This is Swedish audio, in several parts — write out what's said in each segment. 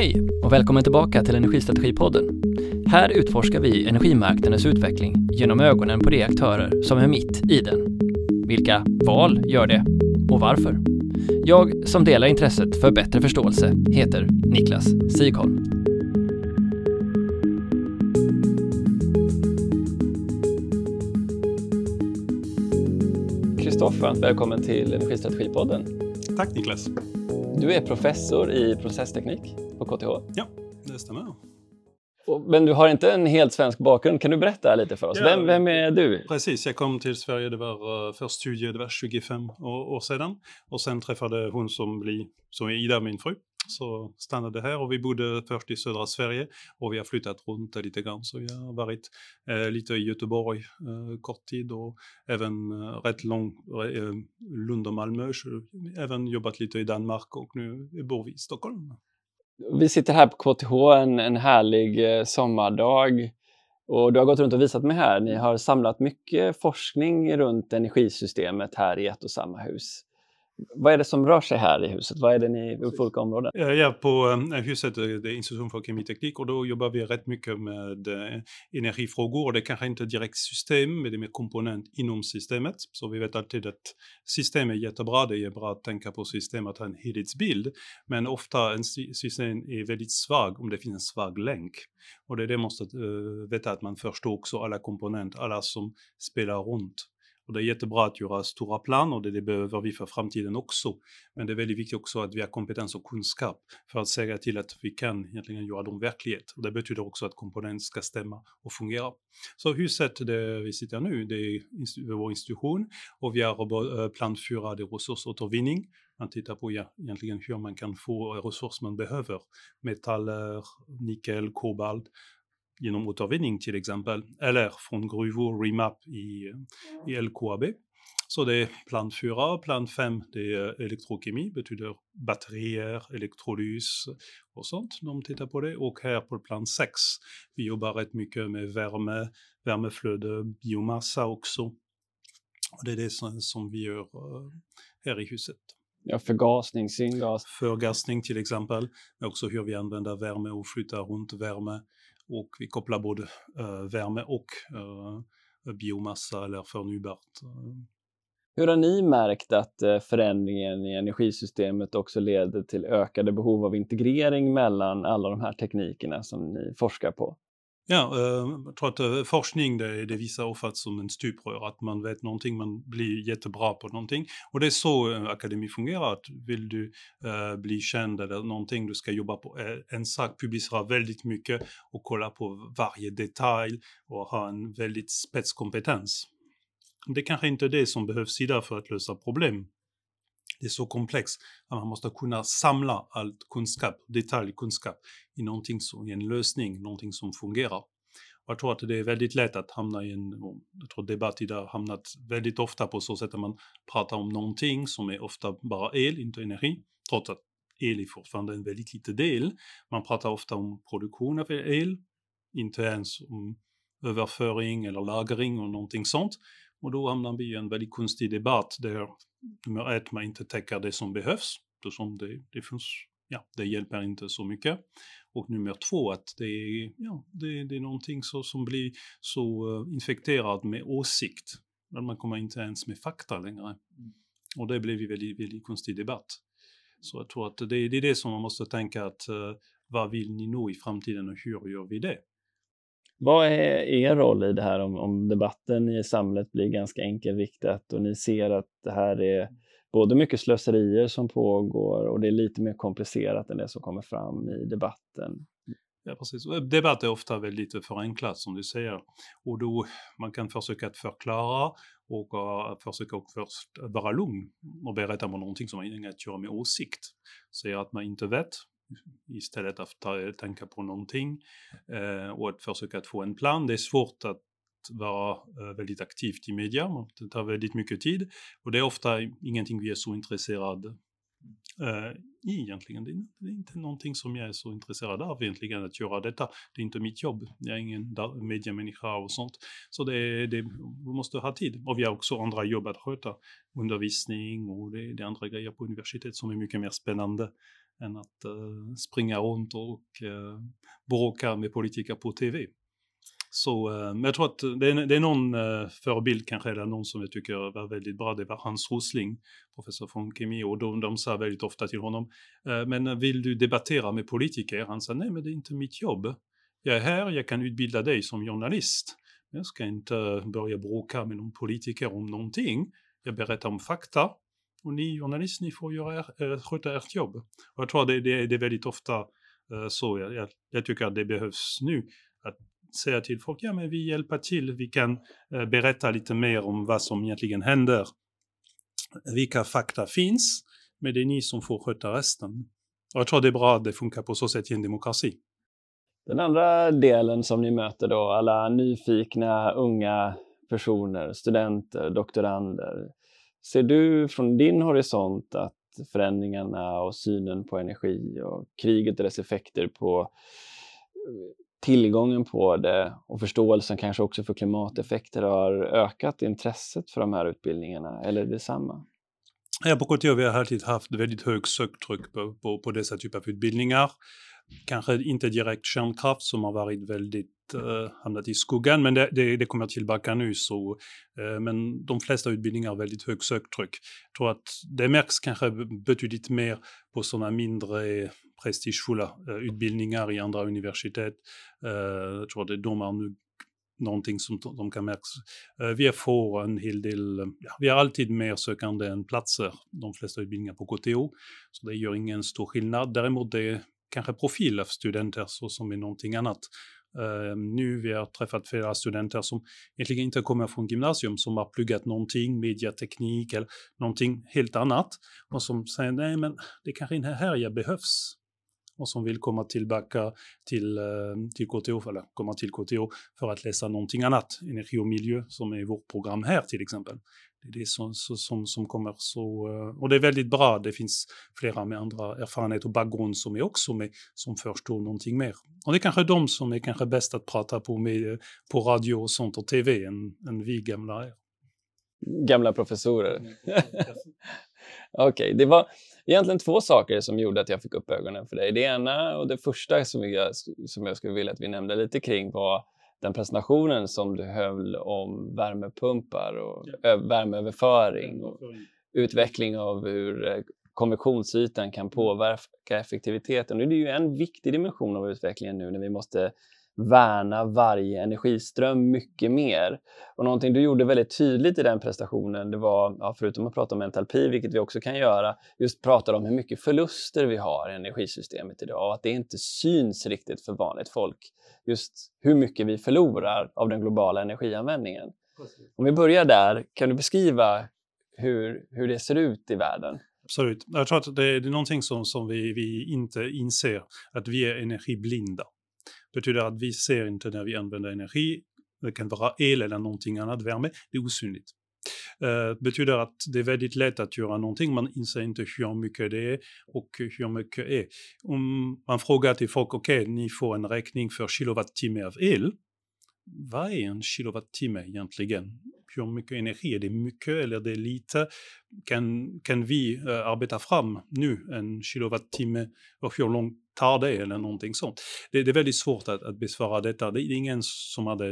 Hej och välkommen tillbaka till Energistrategipodden. Här utforskar vi energimarknadens utveckling genom ögonen på de aktörer som är mitt i den. Vilka val gör det och varför? Jag som delar intresset för bättre förståelse heter Niklas Sigholm. Kristoffer, välkommen till Energistrategipodden. Tack Niklas. Du är professor i processteknik på KTH. Ja, det stämmer. Men du har inte en helt svensk bakgrund. Kan du berätta lite för oss? Ja, Vem är du? Precis, jag kom till Sverige, det var först studie, det var 25 år sedan. Och sen träffade hon som är Ida, min fru. Så stannade här och vi bodde först i södra Sverige och vi har flyttat runt lite grann. Så jag har varit lite i Göteborg kort tid och även rätt lång Lund och Malmö. Så även jobbat lite i Danmark och nu bor vi i Stockholm. Vi sitter här på KTH en härlig sommardag och du har gått runt och visat mig här. Ni har samlat mycket forskning runt energisystemet här i ett och samma hus. Vad är det som rör sig här i huset? Vad är det ni på olika områden? Ja, på huset det är Institution för kemiteknik och då jobbar vi rätt mycket med energifrågor. Det kanske inte är direkt system, men det är mer komponent inom systemet. Så vi vet alltid att system är jättebra, det är bra att tänka på system, att ha en helhetsbild. Men ofta en system är väldigt svag om det finns en svag länk. Och det är det man måste veta, att man förstår också alla komponenter, alla som spelar runt. Och det är jättebra att göra stora plan och det behöver vi för framtiden också. Men det är väldigt viktigt också att vi har kompetens och kunskap för att säga till att vi kan egentligen göra dem verklighet. Och det betyder också att komponenter ska stämma och fungera. Så huset där vi sitter nu, det är vår institution och vi har plan 4, det är resursåtervinning. Man tittar på egentligen hur man kan få resurser man behöver. Metaller, nickel, kobolt. Genom återvinning till exempel, eller från gruvor, remap i LKAB. Så det är plan 4, plan 5 det är elektrokemi, betyder batterier, elektrolys och sånt. De tittar på det. Och här på plan 6, vi jobbar rätt mycket med värmeflöde, biomassa också. Och det är det som vi gör här i huset. Ja, förgasning, syngas. Förgasning till exempel, men också hur vi använder värme och flyttar runt värme. Och vi kopplar både värme och biomassa eller förnybart. Hur har ni märkt att förändringen i energisystemet också leder till ökade behov av integrering mellan alla de här teknikerna som ni forskar på? Ja, jag tror att forskning det visar ofta som en stuprör, att man vet någonting, man blir jättebra på någonting. Och det är så akademi fungerar, att vill du bli känd eller någonting, du ska jobba på en sak, publicera väldigt mycket och kolla på varje detalj och ha en väldigt spetskompetens. Det kanske inte är det som behövs idag för att lösa problem. Det är så komplext att man måste kunna samla allt kunskap, detaljkunskap i någonting som i en lösning, någonting som fungerar. Och jag tror att det är väldigt lätt att hamna i jag tror debatt idag har hamnat väldigt ofta på så sätt att man pratar om någonting som är ofta bara el, inte energi, trots att el är fortfarande en väldigt liten del. Man pratar ofta om produktion av el, inte ens om överföring eller lagring och någonting sånt. Och då hamnar vi i en väldigt konstig debatt där nummer 1, man inte täcker det som behövs. Som det hjälper inte så mycket. Och nummer 2, att det är någonting som blir så infekterat med åsikt. Att man kommer inte ens med fakta längre. Och det blir en väldigt, väldigt konstig debatt. Så jag tror att det är det som man måste tänka, att vad vill ni nå i framtiden och hur gör vi det? Vad är er roll i det här om debatten i samhället blir ganska enkelriktat och ni ser att det här är både mycket slöserier som pågår och det är lite mer komplicerat än det som kommer fram i debatten? Ja, precis. Debatt är ofta väldigt förenklat som du säger. Och då man kan försöka att förklara och försöka att först vara lugn och berätta om någonting som har inget att göra med åsikt. Säga att man inte vet, istället att tänka på någonting och att försöka att få en plan. Det är svårt att vara väldigt aktivt i media, det tar väldigt mycket tid och det är ofta ingenting vi är så intresserade i egentligen. Det är inte någonting som jag är så intresserad av egentligen, att göra detta. Det är inte mitt jobb, jag är ingen mediamänniska och sånt. Så vi måste ha tid. Och vi har också andra jobb att sköta, undervisning och det är andra grejer på universitet som är mycket mer spännande än att springa runt och bråka med politiker på tv. Så men jag tror att det är någon förebild kanske, eller någon som jag tycker var väldigt bra. Det var Hans Rosling, professor från kemi, och de sa väldigt ofta till honom, men vill du debattera med politiker? Han sa, nej, men det är inte mitt jobb. Jag är här, jag kan utbilda dig som journalist. Jag ska inte börja bråka med någon politiker om någonting. Jag berättar om fakta. Och ni journalister, ni får sköta ert jobb. Och jag tror att det är väldigt ofta så. Jag tycker att det behövs nu. Att säga till folk, ja, men vi hjälper till. Vi kan berätta lite mer om vad som egentligen händer. Vilka fakta finns. Men det är ni som får sköta resten. Och jag tror det är bra att det funkar på så sätt i en demokrati. Den andra delen som ni möter då, alla nyfikna unga personer, studenter, doktorander. Ser du från din horisont att förändringarna och synen på energi och kriget och dess effekter på tillgången på det och förståelsen kanske också för klimateffekter har ökat intresset för de här utbildningarna, eller är det samma? Ja, på KTH vi har alltid haft väldigt hög söktryck på dessa typer av utbildningar. Kanske inte direkt kärnkraft som har varit väldigt hamnat i skuggan, men det kommer tillbaka nu. Så, men de flesta utbildningar har väldigt hög söktryck. Jag tror att det märks kanske betydligt mer på sådana mindre prestigefulla utbildningar i andra universitet. Jag tror att de har nu någonting som de kan märkas. Vi får en hel del, vi har alltid mer sökande än platser, de flesta utbildningar på KTH, så det gör ingen stor skillnad. Däremot det är kanske profil av studenter så som är någonting annat. Nu vi har träffat flera studenter som egentligen inte kommer från gymnasium, som har pluggat någonting, mediateknik eller någonting helt annat, och som säger nej, men det kanske inte är här jag behövs, och som vill komma tillbaka till KTH, eller komma till KTH för att läsa någonting annat, energi och miljö, som är vårt program här till exempel. Det är det som kommer så, och det är väldigt bra. Det finns flera med andra erfarenhet och bakgrund som är också med, som förstår någonting mer. Och det är kanske de som är kanske bäst att prata på radio och sånt och tv än vi gamla är. Gamla professorer. Okej, det var egentligen två saker som gjorde att jag fick upp ögonen för dig. Det ena och det första som jag skulle vilja att vi nämnde lite kring var den presentationen som du höll om värmepumpar och värmeöverföring och utveckling av hur konvektionsytan kan påverka effektiviteten. Och det är ju en viktig dimension av utvecklingen nu när vi måste värna varje energiström mycket mer. Och någonting du gjorde väldigt tydligt i den prestationen, det var, förutom att prata om entalpi, vilket vi också kan göra, just prata om hur mycket förluster vi har i energisystemet idag och att det inte syns riktigt för vanligt folk. Just hur mycket vi förlorar av den globala energianvändningen. Precis. Om vi börjar där, kan du beskriva hur det ser ut i världen? Absolut. Jag tror att det är någonting som vi inte inser, att vi är energiblinda. Det betyder att vi ser inte när vi använder energi. Det kan vara el eller någonting annat, värme. Det är osynligt. Det betyder att det är väldigt lätt att göra någonting. Man inser inte hur mycket det är och hur mycket det är. Om man frågar till folk, okej, ni får en räkning för kilowattimme av el. Vad är en kilowattimme egentligen? Hur mycket energi? Är det mycket eller är det lite? Kan vi arbeta fram nu en kilowattimme och hur långt tar det eller någonting sånt? Det är väldigt svårt att besvara detta. Det är ingen som har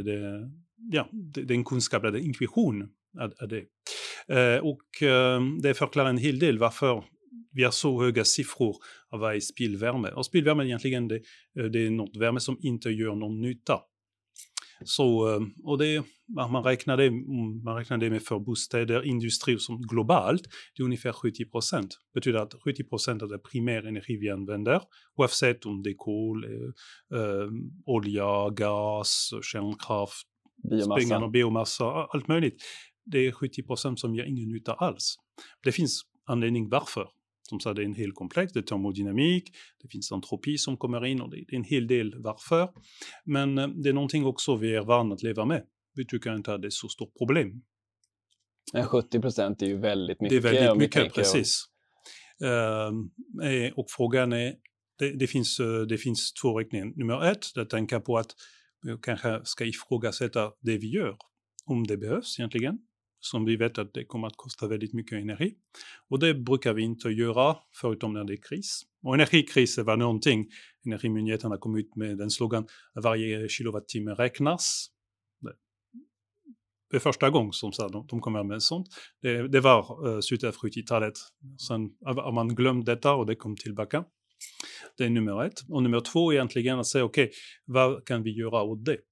den kunskap eller intuition av det. Och det förklarar en hel del varför vi har så höga siffror av vad är spillvärme. Och spillvärme egentligen det är något värme som inte gör någon nytta. Så, och man räknar det med för bostäder, industri som globalt, det är ungefär 70%. Det betyder att 70% av det primär energi vi använder, oavsett om det är kol, olja, gas, kärnkraft, biomassa, allt möjligt. Det är 70% som ger ingen nytta alls. Det finns anledning varför. Som sagt, det är en hel komplex, det är termodynamik, det finns entropi som kommer in och det är en hel del varför. Men det är någonting också vi är vana att leva med. Vi tycker inte att det är så stort problem. Men 70% är ju väldigt mycket. Det är väldigt mycket, precis. Och frågan är, det finns två riktningar. Nummer ett, att tänka på att vi kanske ska ifrågasätta det vi gör. Om det behövs egentligen. som vi vet att det kommer att kosta väldigt mycket energi. Och det brukar vi inte göra förutom när det är kris. Och energikriser var någonting, Energimyndigheten har kommit ut med den slogan varje kilowattimme räknas. Det är första gången som de kommer med sånt. Det var slutet av 70-talet. Sen har man glömt detta och det kom tillbaka. Det är nummer 1. Och nummer 2 är egentligen att säga okej, vad kan vi göra åt det?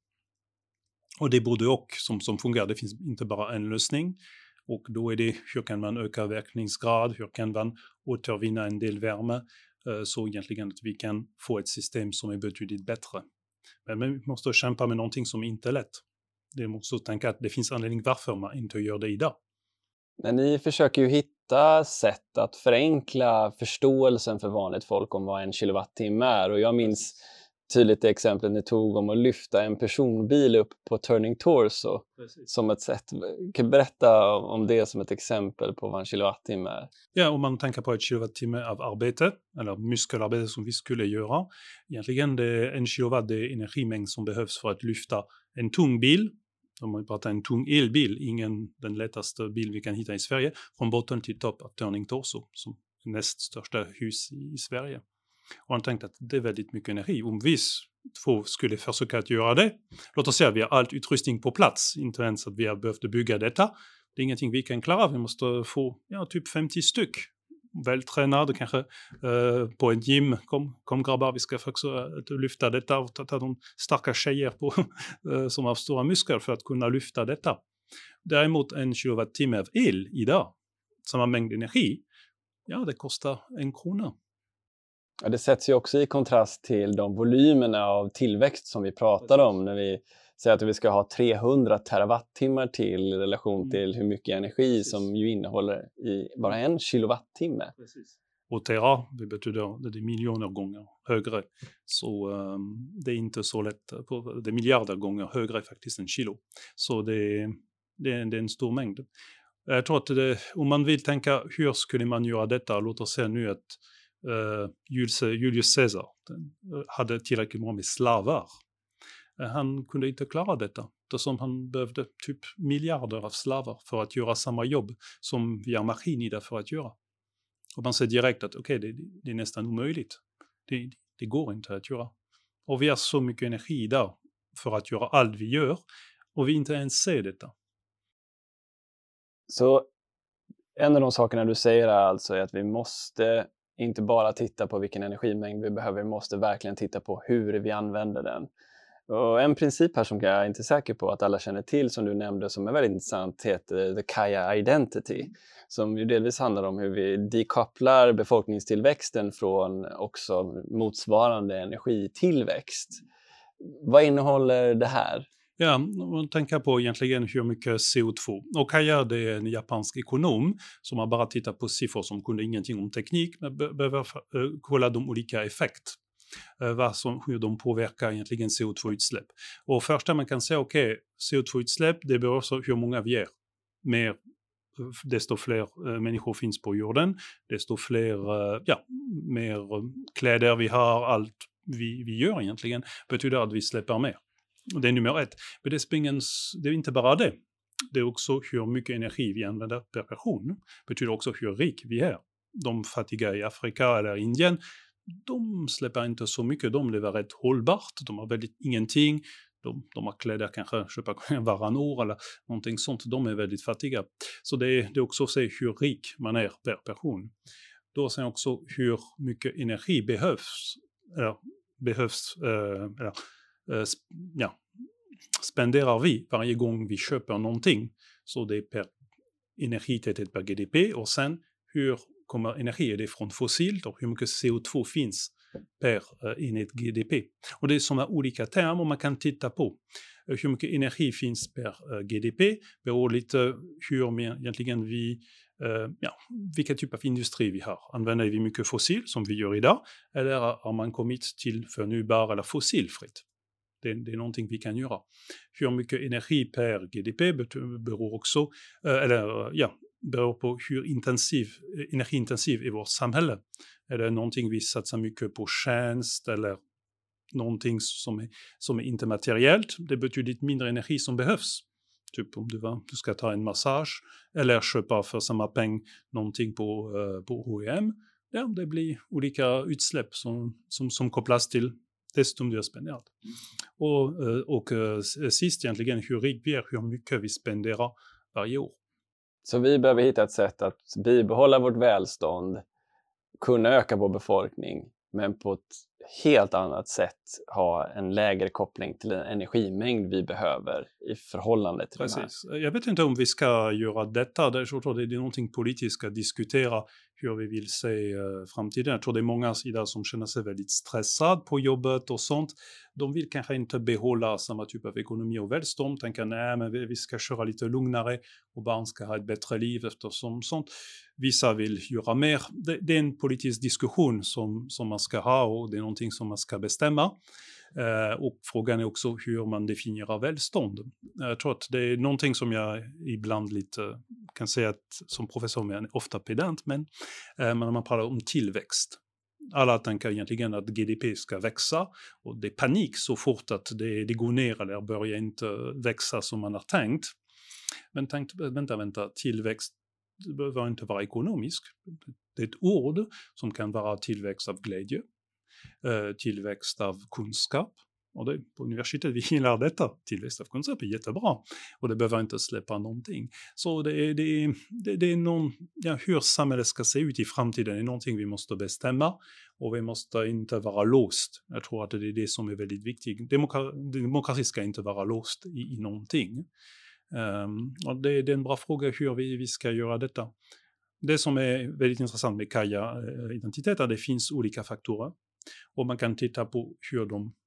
Och det borde också som fungerar. Det finns inte bara en lösning. Och då är det hur kan man öka verkningsgrad? Hur kan man återvinna en del värme? Så egentligen att vi kan få ett system som är betydligt bättre. Men vi måste kämpa med någonting som inte är lätt. Det måste tänka att det finns anledning varför man inte gör det idag. Men ni försöker ju hitta sätt att förenkla förståelsen för vanligt folk om vad en kilowattimme är. Och jag minns tydligt det exemplet ni tog om att lyfta en personbil upp på Turning Torso. Precis. Som ett sätt. Kan du berätta om det som ett exempel på vad en kilowattimme är? Ja, om man tänker på ett kilowattimme av arbete, eller muskelarbete som vi skulle göra. Egentligen det en kilowatt det är energimängd som behövs för att lyfta en tung bil. Om man pratar en tung elbil, den lättaste bil vi kan hitta i Sverige, från botten till topp av Turning Torso, som näst största hus i Sverige. Och han tänkte att det är väldigt mycket energi. Om vi två skulle försöka att göra det, låt oss säga att vi har allt utrustning på plats, inte ens att vi har behövt bygga detta. Det är ingenting vi kan klara, vi måste få typ 50 styck. Vältränade kanske på ett gym. Kom grabbar, vi ska försöka lyfta detta och ta de starka tjejer som har stora muskler för att kunna lyfta detta. Däremot en kilowattimme av el idag, samma mängd energi, det kostar 1 krona. Ja, det sätts ju också i kontrast till de volymerna av tillväxt som vi pratar om när vi säger att vi ska ha 300 terawattimmar till i relation till hur mycket energi som ju innehåller i bara 1 kilowattimme. Precis. Och tera, det betyder att det är miljoner gånger högre. Så det är inte så lätt, det är miljarder gånger högre faktiskt än kilo. Så det är en stor mängd. Jag tror att om man vill tänka hur skulle man göra detta, låt oss säga nu att Julius Caesar hade tillräckligt många med slavar. Han kunde inte klara detta, eftersom han behövde typ miljarder av slavar för att göra samma jobb som vi har maskin idag för att göra. Och man ser direkt att det är nästan omöjligt. Det går inte att göra. Och vi har så mycket energi idag för att göra allt vi gör och vi inte ens ser detta. Så en av de sakerna du säger är alltså att vi måste inte bara titta på vilken energimängd vi behöver, vi måste verkligen titta på hur vi använder den. Och en princip här som jag är inte säker på att alla känner till, som du nämnde, som är väldigt intressant, heter The Kaya Identity. Som ju delvis handlar om hur vi dekopplar befolkningstillväxten från också motsvarande energitillväxt. Vad innehåller det här? Ja, man tänker på egentligen hur mycket CO2. Och Kaya det är en japansk ekonom som har bara tittat på siffror som kunde ingenting om teknik, men behöver kolla de olika effekter. Hur de påverkar egentligen CO2-utsläpp. Och första man kan säga, CO2-utsläpp det beror på hur många vi är. Desto fler människor finns på jorden, desto mer kläder vi har, allt vi gör egentligen betyder att vi släpper mer. Det är nummer 1. Men det är inte bara det. Det är också hur mycket energi vi använder per person. Betyder också hur rik vi är. De fattiga i Afrika eller Indien, de släpper inte så mycket. De lever rätt hållbart. De har väldigt ingenting. De har kläder kanske köpa varann år eller någonting sånt. De är väldigt fattiga. Så det är också att se hur rik man är per person. Då ser också hur mycket energi spenderar vi varje gång vi köper någonting. Så det är per energitäthet per GDP och sen hur kommer energi, är det från fossilt och hur mycket CO2 finns per enhet GDP. Och det är sådana olika termer man kan titta på. Hur mycket energi finns per GDP beror lite hur egentligen vilka typ av industri vi har. Använder vi mycket fossil som vi gör idag eller har man kommit till förnybar eller fossilfritt? Det är någonting vi kan göra. Hur mycket energi per GDP beror också, beror på hur energiintensiv är vårt samhälle. Är det någonting vi satsar mycket på tjänst eller någonting som är inte materiellt, det betyder mindre energi som behövs. Typ om du ska ta en massage eller köpa för samma peng någonting på H&M. Ja, det blir olika utsläpp som kopplas till det som du har spenderat. Och sist egentligen hur rik vi är, hur mycket vi spenderar varje år. Så vi behöver hitta ett sätt att bibehålla vårt välstånd, kunna öka vår befolkning, men på ett helt annat sätt ha en lägre koppling till den energimängd vi behöver i förhållande till Precis. den här. Jag vet inte om vi ska göra detta. Jag tror det är någonting politiskt att diskutera hur vi vill se framtiden. Jag tror det är många idag som känner sig väldigt stressade på jobbet och sånt. De vill kanske inte behålla samma typ av ekonomi och välstånd. Tänker nej, men vi ska köra lite lugnare och barn ska ha ett bättre liv eftersom sånt. Vissa vill göra mer. Det är en politisk diskussion som man ska ha och det är någonting som man ska bestämma. Och frågan är också hur man definierar välstånd. Jag tror att det är någonting som jag ibland lite kan säga att som professor är ofta pedant, men när man pratar om tillväxt. Alla tänker egentligen att GDP ska växa och det är panik så fort att det går ner eller börjar inte växa som man har tänkt. Men vänta, tillväxt behöver inte vara ekonomisk. Det är ett ord som kan vara tillväxt av glädje, tillväxt av kunskap. Och det, på universitetet vi gillar detta. Tillväxt av kunskap är jättebra. Och det behöver inte släppa någonting. Så det är någon, hur samhället ska se ut i framtiden är någonting vi måste bestämma. Och vi måste inte vara låst. Jag tror att det är det som är väldigt viktigt. Demokrati ska inte vara låst i någonting. Och det är en bra fråga hur vi ska göra detta. Det som är väldigt intressant med Kaya-identitet är att det finns olika faktorer. Och man kan titta på hur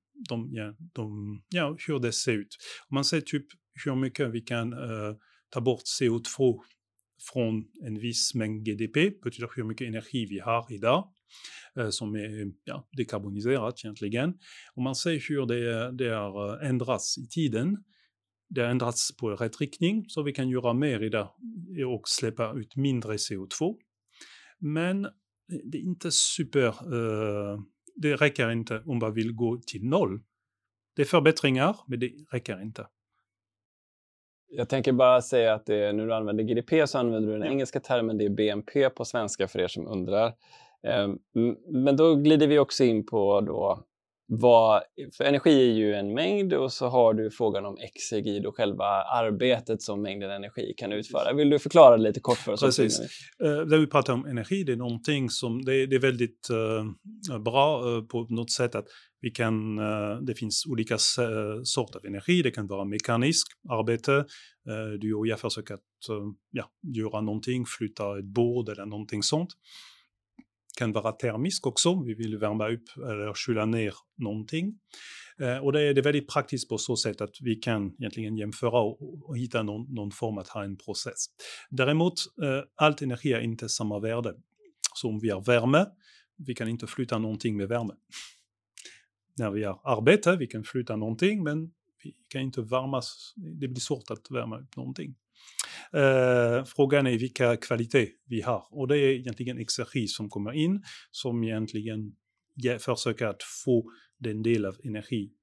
hur det ser ut. Om man ser typ hur mycket vi kan ta bort CO2 från en viss mängd GDP, betyder hur mycket energi vi har idag, som är dekarboniserat egentligen. Om man ser hur det har ändrats i tiden, det har ändrats på rätt riktning, så vi kan göra mer idag och släppa ut mindre CO2. Men det är inte det räcker inte om man vill gå till noll. Det är förbättringar, men det räcker inte. Jag tänker bara säga att när du använder GDP så använder du den engelska termen, det är BNP på svenska för er som undrar. Men då glider vi också in på för energi är ju en mängd och så har du frågan om exergi, då själva arbetet som mängden energi kan utföra. Vill du förklara lite kort för oss? Precis. När vi pratar om energi, det är någonting som det är väldigt bra på något sätt att det finns olika sorter av energi. Det kan vara mekanisk arbete. Du och jag försöker att göra någonting, flytta ett bord eller någonting sånt. Kan vara termisk också, vi vill värma upp eller kyla ner någonting. Och det är väldigt praktiskt på så sätt att vi kan egentligen jämföra och hitta någon form att ha en process. Däremot, allt energi är inte samma värde. Så om vi har värme, vi kan inte flytta någonting med värme. När vi har arbete, vi kan flytta någonting, men vi kan inte värmas, det blir svårt att värma upp någonting. Frågan är vilka kvalitet vi har och det är egentligen exergi som kommer in som egentligen försöker att få den del av energi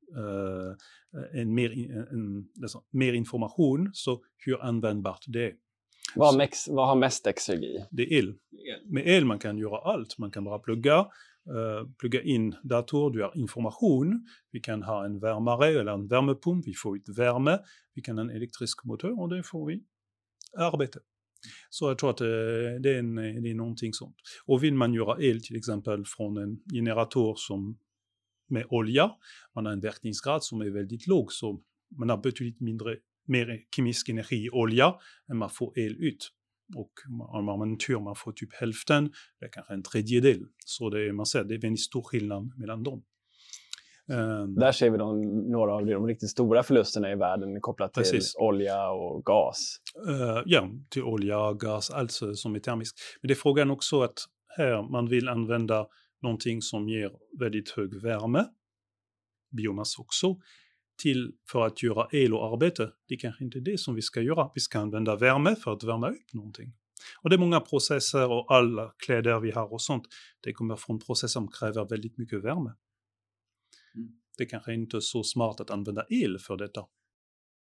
mer information, så hur användbart det är. Vad har mest exergi? Det är el. Med el man kan göra allt, man kan bara plugga in dator, du har information, vi kan ha en värmare eller en värmepump, vi får ut värme, vi kan ha en elektrisk motor och det får vi arbete. Så jag tror att det är någonting sånt. Och vill man göra el till exempel från en generator som med olja, man har en verkningsgrad som är väldigt låg, så man har betydligt mer kemisk energi i olja än man får el ut. Och om man har en tur man får typ hälften, eller kanske en tredjedel. Så man ser det är väldigt stor skillnad mellan dem. Där ser vi några av de riktigt stora förlusterna i världen kopplat till olja och gas. Till olja, gas, allt som är termiskt. Men det är frågan också att här man vill använda någonting som ger väldigt hög värme, biomassa också, för att göra el och arbete. Det är kanske inte det som vi ska göra. Vi ska använda värme för att värma upp någonting. Och det är många processer och alla kläder vi har och sånt. Det kommer från processer som kräver väldigt mycket värme. Det kanske inte är så smart att använda el för detta.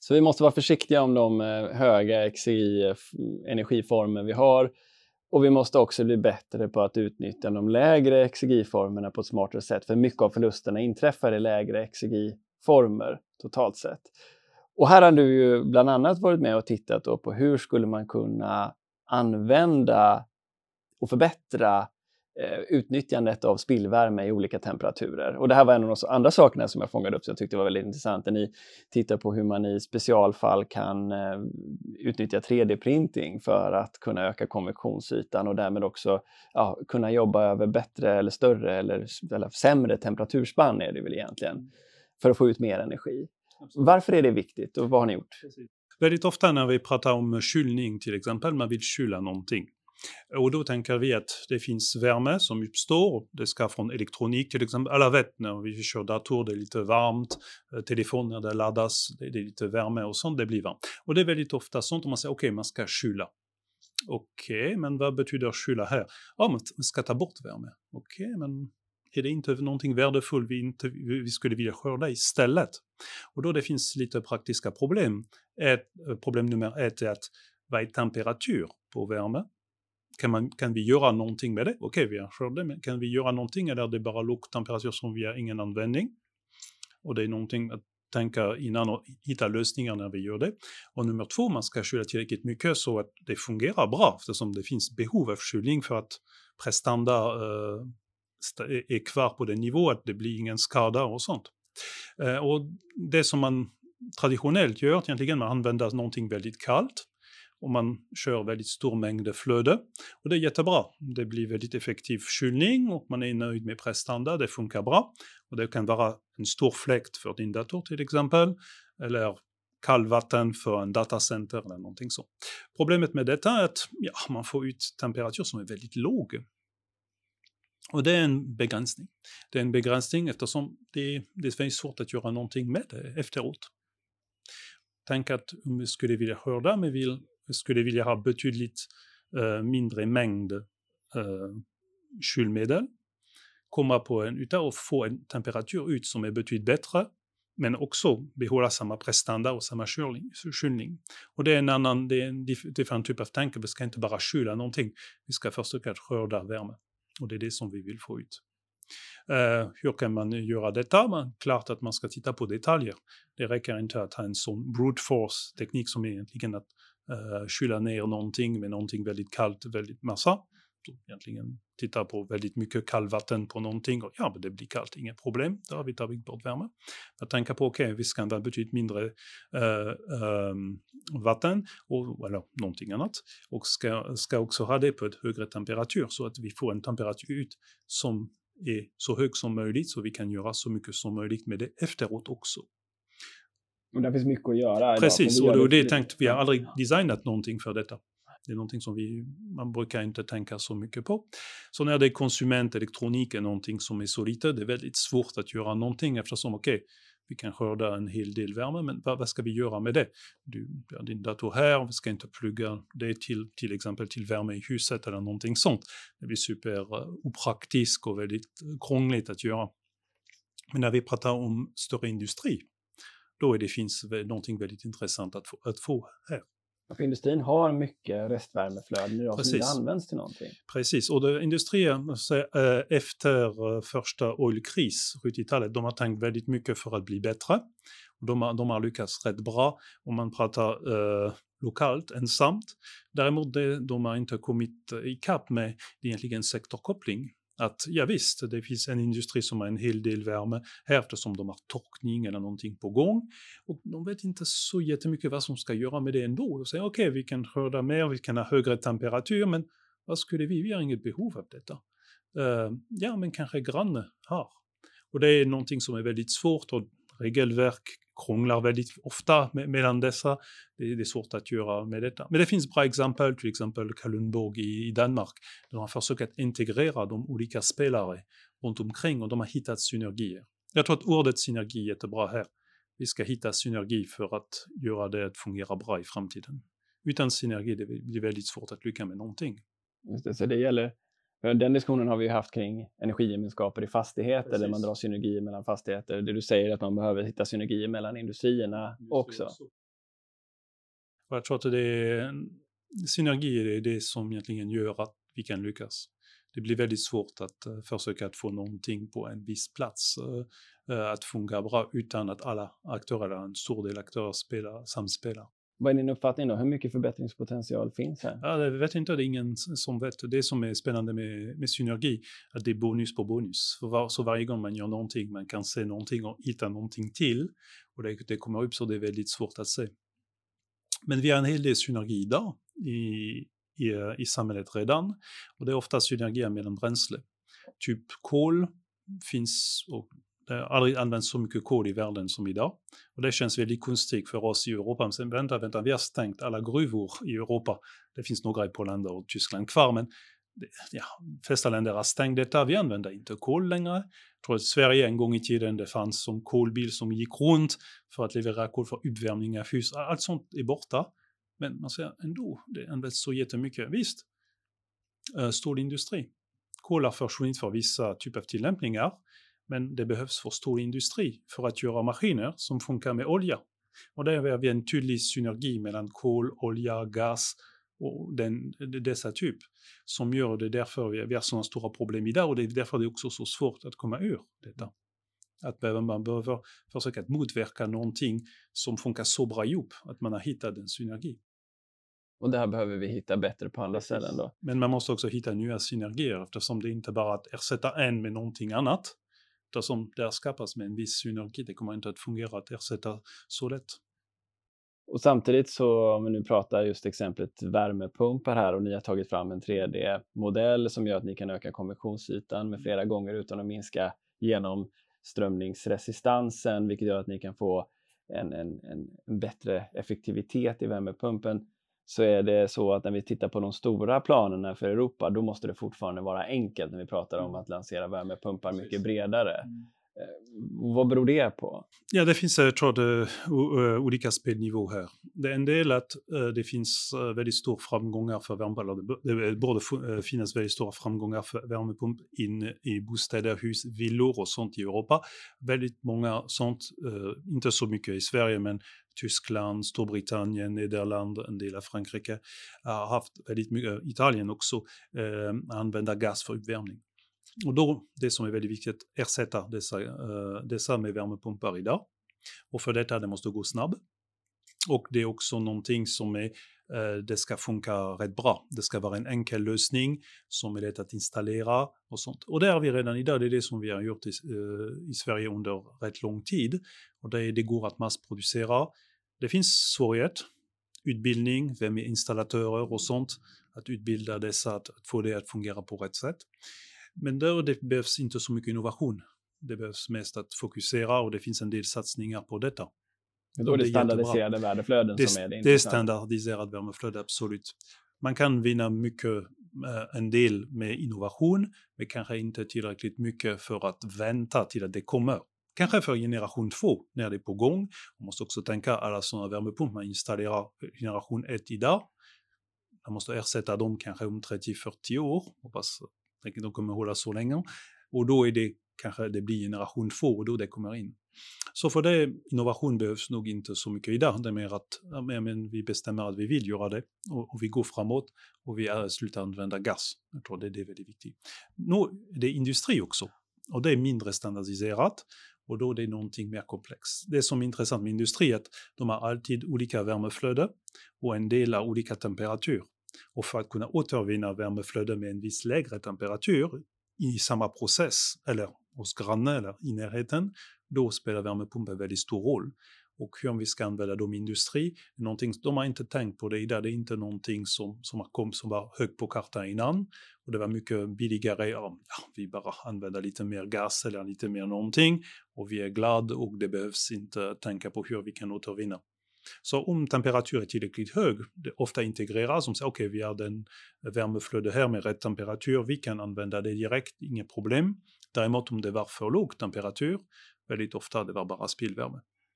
Så vi måste vara försiktiga om de höga energiformer vi har. Och vi måste också bli bättre på att utnyttja de lägre exergiformerna på ett smartare sätt. För mycket av förlusterna inträffar i lägre exergiformer totalt sett. Och här har du ju bland annat varit med och tittat då på hur skulle man kunna använda och förbättra utnyttjandet av spillvärme i olika temperaturer. Och det här var en av de andra sakerna som jag fångade upp, så jag tyckte det var väldigt intressant. När ni tittar på hur man i specialfall kan utnyttja 3D-printing för att kunna öka konvektionsytan och därmed också kunna jobba över bättre eller större eller sämre temperaturspann är det väl egentligen, för att få ut mer energi. Varför är det viktigt och vad har ni gjort? Väldigt ofta när vi pratar om kylning till exempel, man vill kyla någonting. Och då tänker vi att det finns värme som uppstår, det ska från elektronik till exempel. Alla vet när vi kör dator, det är lite varmt, telefoner det laddas, det är lite värme och sånt, det blir varmt. Och det är väldigt ofta sånt om man säger okej, man ska kyla. Okej, men vad betyder kyla här? Man ska ta bort värme. Okej, men är det inte någonting värdefullt vi skulle vilja skörda istället? Och då det finns lite praktiska problem. Problem nummer 1 är att vad är temperatur på värme? Kan vi göra någonting med det? Okej, vi har skördat det, men kan vi göra någonting eller är det bara låg temperatur som vi har ingen användning? Och det är någonting att tänka innan och hitta lösningar när vi gör det. Och nummer 2, man ska kyla tillräckligt mycket så att det fungerar bra, eftersom det finns behov av kylning för att prestanda är kvar på den nivå att det blir ingen skada och sånt. Och det som man traditionellt gör egentligen, man använder någonting väldigt kallt och man kör väldigt stor mängd flöde. Och det är jättebra. Det blir väldigt effektiv kylning och man är nöjd med prestanda, det funkar bra. Och det kan vara en stor fläkt för din dator till exempel, eller kallvatten för en datacenter eller någonting så. Problemet med detta är att man får ut temperatur som är väldigt låg. Och det är en begränsning. Det är en begränsning eftersom det är väldigt svårt att göra någonting med det efteråt. Tänk att om vi skulle vilja skörda, men vi skulle vilja ha betydligt mindre mängd kylmedel, komma på en yta och få en temperatur ut som är betydligt bättre, men också behålla samma prestanda och samma kylning. Och det är en different typ av tanke. Vi ska inte bara kyla någonting, vi ska försöka skörda värme. Och det är det som vi vill få ut. Hur kan man göra detta? Klart att man ska titta på detaljer. Det räcker inte att ha en sån brute force-teknik som är egentligen att kyla ner någonting med någonting väldigt kallt, väldigt massa. Så egentligen titta på väldigt mycket kallvatten på någonting och men det blir kallt, inget problem. Där har vi tagit bort värme. Jag tänker på vi ska använda betydligt mindre vatten eller någonting annat och ska också ha det på ett högre temperatur så att vi får en temperatur ut som är så hög som möjligt så vi kan göra så mycket som möjligt med det efteråt också. Och det finns mycket att göra. Precis, och det är tänkt, vi har aldrig designat någonting för detta. Det är någonting som man brukar inte tänka så mycket på. Så när det är konsumentelektronik är någonting som är så lite, det är väldigt svårt att göra någonting eftersom vi kan skörda en hel del värme, men vad ska vi göra med det? Du har din dator här, vi ska inte plugga det till exempel till värme i huset eller någonting sånt. Det blir super opraktiskt och väldigt krångligt att göra. Men när vi pratar om större industri, då finns någonting väldigt intressant att få här. För industrin har mycket restvärmeflöden idag som inte används till någonting. Precis, och industrin efter första oilkris, 70-talet, de har tänkt väldigt mycket för att bli bättre. De har lyckats rätt bra om man pratar lokalt, ensamt. Däremot de har inte kommit ikapp med egentligen sektorkoppling. Att visst, det finns en industri som har en hel del värme här eftersom de har torkning eller någonting på gång. Och de vet inte så jättemycket vad som ska göra med det ändå. Och säger vi kan skörda mer, vi kan ha högre temperatur, men vad skulle vi har inget behov av detta. Men kanske granne har. Och det är någonting som är väldigt svårt och regelverk krånglar väldigt ofta mellan dessa. Det är svårt att göra med detta. Men det finns bra exempel, till exempel Kalundborg i Danmark. De har försökt att integrera de olika spelare runt omkring och de har hittat synergier. Jag tror att ordet synergi är jättebra här. Vi ska hitta synergi för att göra det att fungera bra i framtiden. Utan synergi det blir väldigt svårt att lyckas med någonting. Just det, så det gäller. Den diskussionen har vi ju haft kring energigemenskaper i fastigheter. Precis. Där man drar synergier mellan fastigheter. Det du säger är att man behöver hitta synergier mellan industrierna också. Och jag tror att synergi är det som egentligen gör att vi kan lyckas. Det blir väldigt svårt att försöka att få någonting på en viss plats att fungera bra utan att alla aktörer, en stor del aktörer samspelar. Vad är din uppfattning då? Hur mycket förbättringspotential finns här? Ja, det vet inte, det är ingen som vet. Det som är spännande med synergi, att det är bonus på bonus. Så varje gång man gör någonting, man kan se någonting och hitta någonting till. Och det kommer upp, så det är väldigt svårt att se. Men vi har en hel del synergi idag i samhället redan. Och det är ofta synergier mellan bränsle. Typ kol finns, och det har aldrig använts så mycket kol i världen som idag. Och det känns väldigt konstigt för oss i Europa. Men sen, vänta, vi har stängt alla gruvor i Europa. Det finns några i Polen och Tyskland kvar, men flesta länder har stängt detta. Vi använder inte kol längre. Jag tror att Sverige en gång i tiden det fanns som kolbil som gick runt för att leverera kol för uppvärmning av hus. Allt sånt är borta. Men man säger ändå, det används så jättemycket. Visst, stålindustri. Kol har försvunnit för vissa typer av tillämpningar. Men det behövs för stålindustri för att göra maskiner som funkar med olja. Och där har vi en tydlig synergi mellan kol, olja, gas och dessa typ. Som gör det därför vi har sådana stora problem idag, och det är därför det är också så svårt att komma ur detta. Att man behöver försöka att motverka någonting som funkar så bra ihop, att man har hittat en synergi. Och det här behöver vi hitta bättre på andra ställen då. Men man måste också hitta nya synergier, eftersom det inte bara att ersätta en med någonting annat. Eftersom det skapas med en viss synergi, det kommer inte att fungera att ersätta så lätt. Och samtidigt så, om vi nu pratar just exemplet värmepumpar här, och ni har tagit fram en 3D-modell som gör att ni kan öka konvektionsytan med flera gånger utan att minska genomströmningsresistansen, vilket gör att ni kan få en bättre effektivitet i värmepumpen. Så är det så att när vi tittar på de stora planerna för Europa, då måste det fortfarande vara enkelt när vi pratar om att lansera värmepumpar mycket bredare. Vad beror det på? Ja, det finns olika spelnivåer här. Det är en del att det finns väldigt stora framgångar för värmepumpar. Det borde finnas väldigt stora framgångar för värmepump in i bostäder, hus, villor och sånt i Europa. Väldigt många sånt, inte så mycket i Sverige, men Tyskland, Storbritannien, Nederland, en del av Frankrike har haft väldigt mycket, Italien också, använda gas för uppvärmning. Och då, det som är väldigt viktigt, ersätta dessa med värmepumpar idag. Och för detta det måste gå snabbt. Och det är också någonting som det ska funka rätt bra. Det ska vara en enkel lösning som är lätt att installera och sånt. Och det är vi redan idag, det är det som vi har gjort i Sverige under rätt lång tid. Och det går att massproducera. Det finns svårighet, utbildning, vem är installatörer och sånt. Att utbilda dessa, att få det att fungera på rätt sätt. Men det behövs inte så mycket innovation. Det behövs mest att fokusera, och det finns en del satsningar på detta. Då är det standardiserade värdeflöden som är det intressant. Det är standardiserat värmeflöde, absolut. Man kan vinna mycket, en del med innovation, men kanske inte tillräckligt mycket för att vänta till att det kommer. Kanske för generation 2 när det är på gång. Man måste också tänka alla sådana värmepumpar man installerar generation 1 idag. Man måste ersätta dem kanske om 30-40 år. Hoppas att de kommer hålla så länge. Och då är det kanske det blir generation 2 och då det kommer in. Så för det, innovation behövs nog inte så mycket idag. Det är mer att men vi bestämmer att vi vill göra det och vi går framåt och vi slutar använda gas. Jag tror det är väldigt viktigt. Nu det är industri också och det är mindre standardiserat och då är det någonting mer komplext. Det som är intressant med industri är att de har alltid olika värmeflöde och en del har olika temperatur. Och för att kunna återvinna värmeflöde med en viss lägre temperatur i samma process eller hos grannar eller i närheten, då spelar värmepumpen väldigt stor roll. Och hur vi ska använda dem i industri, någonting, de har inte tänkt på det idag, det är inte någonting som var högt på kartan innan. Och det var mycket billigare, vi bara använder lite mer gas eller lite mer någonting och vi är glada och det behövs inte tänka på hur vi kan återvinna. Så om temperatur är tillräckligt hög, det ofta integreras som säger okej, vi har den värmeflöde här med rätt temperatur, vi kan använda det direkt, inget problem. Däremot om det var för låg temperatur, väldigt ofta det var bara spillvärme.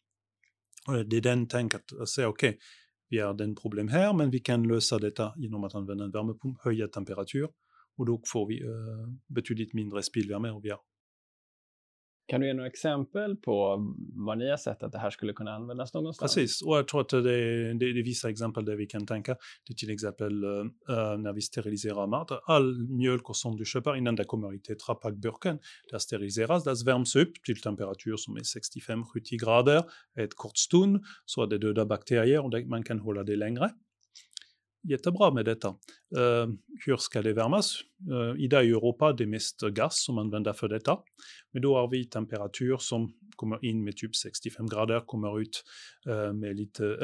Och det är den tänk att säga okej, vi har den problem här men vi kan lösa detta genom att använda en värmepump, höja temperatur och då får vi betydligt mindre spillvärme och vi har. Kan du ge några exempel på vad ni har sett att det här skulle kunna användas någonstans? Precis, och jag tror att det är vissa exempel där vi kan tänka. Det är till exempel när vi steriliserar mat. All mjölk och som du köper innan det kommer i tetrapackburken, det steriliseras, det värms upp till temperatur som är 65-70 grader ett kort stund, så att det dödar bakterier och man kan hålla det längre. Jättebra med detta. Hur ska det värmas? Idag i Europa det är mest gas som använder för detta. Men då har vi temperatur som kommer in med typ 65 grader, kommer ut med lite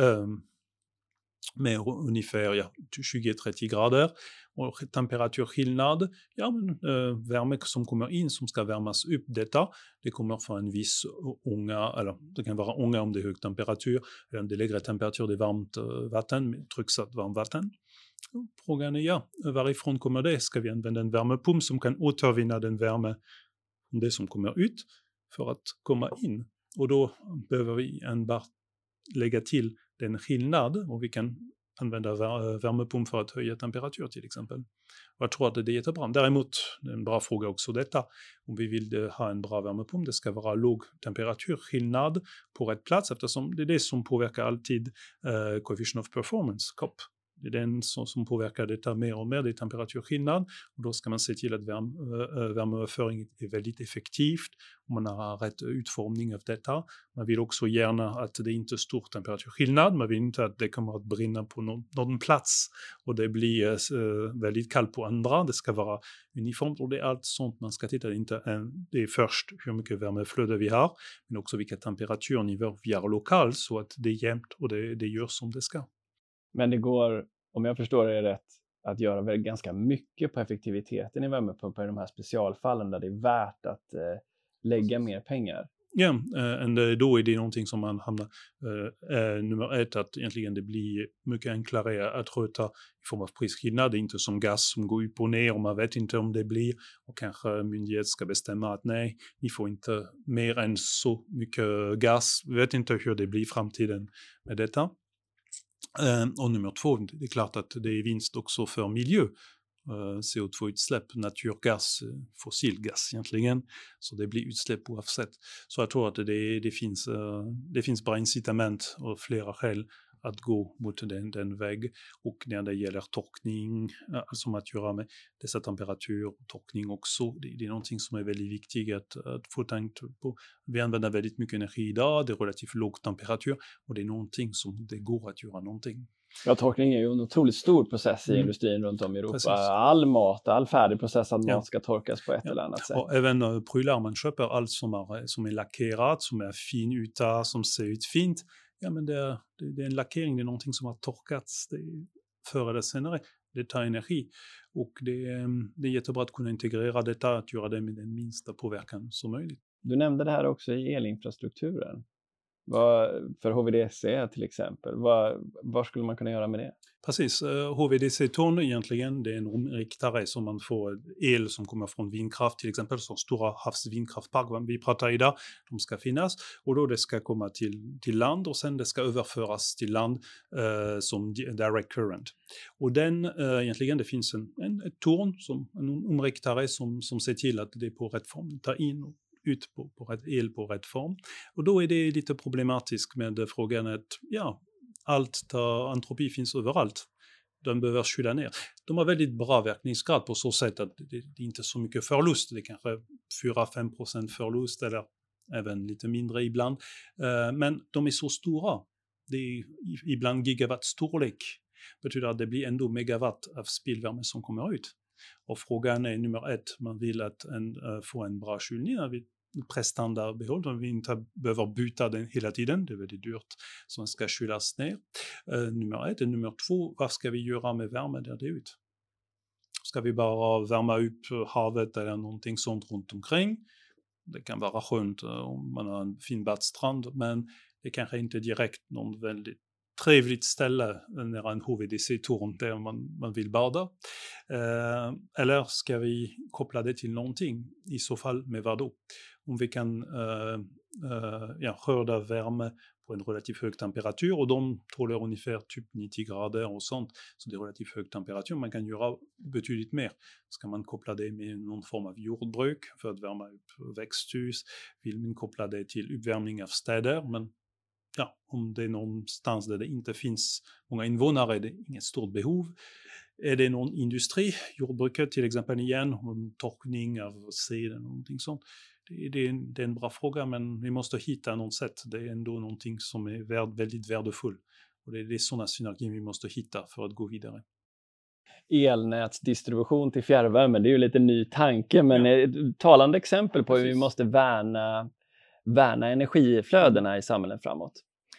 med ungefär 20-30 grader. Och temperaturskillnad, värme som kommer in som ska värmas upp detta, det kommer från en viss ånga, eller det kan vara ånga om det är hög temperatur, eller om det är lägre temperatur, det är varmt vatten, trycksatt varmt vatten. Frågan är varifrån kommer det? Ska vi använda en värmepump som kan återvinna den värme från det som kommer ut för att komma in? Och då behöver vi enbart lägga till den skillnad och vi kan använda värmepump för att höja temperatur till exempel. Och jag tror att det är jättebra. Däremot, det är en bra fråga också detta, om vi vill ha en bra värmepump, det ska vara låg temperaturskillnad på rätt plats eftersom det är det som påverkar alltid coefficient of performance, COP. Det är den som påverkar detta mer och mer, det är temperaturskillnad. Och då ska man se till att värmeöverföring är väldigt effektivt. Och man har rätt utformning av detta. Man vill också gärna att det inte är stor temperaturskillnad. Man vill inte att det kommer att brinna på någon plats. Och det blir väldigt kallt på andra. Det ska vara uniformt och det är allt sånt man ska titta. Det är först hur mycket värmeflöde vi har. Men också vilka temperaturnivåer vi har lokalt så att det är jämnt och det gör som det ska. Men det går, om jag förstår det rätt, att göra väl ganska mycket på effektiviteten i värmepumpar i de här specialfallen där det är värt att lägga mer pengar. Ja, då är det någonting som man hamnar nummer ett, att egentligen det blir mycket enklare att sköta i form av prisskillnad. Det är inte som gas som går upp och ner och man vet inte om det blir och kanske myndighet ska bestämma att nej, ni får inte mer än så mycket gas. Vi vet inte hur det blir i framtiden med detta. Och nummer två, det är klart att det är vinst också för miljö. CO2-utsläpp, naturgas, fossilgas egentligen. Så det blir utsläpp oavsett. Så jag tror att det finns bra incitament och flera skäl att gå mot den väg. Och när det gäller torkning, alltså att göra med dessa temperatur och torkning också, det är någonting som är väldigt viktigt att få tänkt på. Vi använder väldigt mycket energi idag, det är relativt låg temperatur och det är någonting som det går att göra någonting. Ja, torkning är ju en otroligt stor process i industrin runt om i Europa. Precis. All färdigprocessad mat ska torkas på ett eller annat sätt. Och även prylar, man köper allt som är lackerat, som är fin yta, som ser ut fint. Ja, men det är en lackering, det är någonting som har torkats förr eller senare. Det tar energi och det är jättebra att kunna integrera detta, att göra det med den minsta påverkan som möjligt. Du nämnde det här också i elinfrastrukturen. För HVDC till exempel, vad skulle man kunna göra med det? Precis, HVDC-torn egentligen, det är en omriktare som man får el som kommer från vindkraft till exempel, så stora havsvindkraftpark vi pratar idag, de ska finnas och då det ska komma till land och sen det ska överföras till land som direct current. Och den egentligen, det finns ett torn, en omriktare som ser till att det är på rätt form, tar in och ut på rätt el på rätt form. Och då är det lite problematiskt med frågan att entropi finns överallt. De behöver kyla ner. De har väldigt bra verkningsgrad på så sätt att det är inte så mycket förlust. Det är kanske 4-5% förlust eller även lite mindre ibland. Men de är så stora. Det är ibland gigawatt storlek. Det betyder att det blir ändå megawatt av spillvärme som kommer ut. Och frågan är nummer ett, man vill att få en bra kylning, prestanda behåll, vi inte behöver byta den hela tiden, det är väldigt dyrt, så den ska kylas ner. Nummer ett. Nummer två, vad ska vi göra med värme där det är ut? Ska vi bara värma upp havet eller någonting sånt runt omkring? Det kan vara skönt om man har en fin badstrand, men det kanske inte direkt någon väldigt trevligt ställe nära en HVDC-torn där man vill bada. Eller ska vi koppla det till någonting? I så fall med vad då? Om vi kan skörda värme på en relativt hög temperatur och de tålar ungefär typ 90 grader och sånt. Så det är relativt hög temperatur, man kan göra betydligt mer. Ska man koppla det med någon form av jordbruk för att värma upp växthus, vill man koppla det till uppvärmning av städer, men ja, om det är någonstans där det inte finns många invånare är det inget stort behov. Är det någon industri, jordbruket till exempel igen, om torkning av seden eller någonting sånt. Det är en bra fråga, men vi måste hitta något sätt. Det är ändå någonting som är väldigt värdefullt. Och det är sådana synergier vi måste hitta för att gå vidare. Elnätsdistribution till fjärrvärme, det är ju lite ny tanke, men ett talande exempel på hur vi måste värna energiflödena i samhället framåt.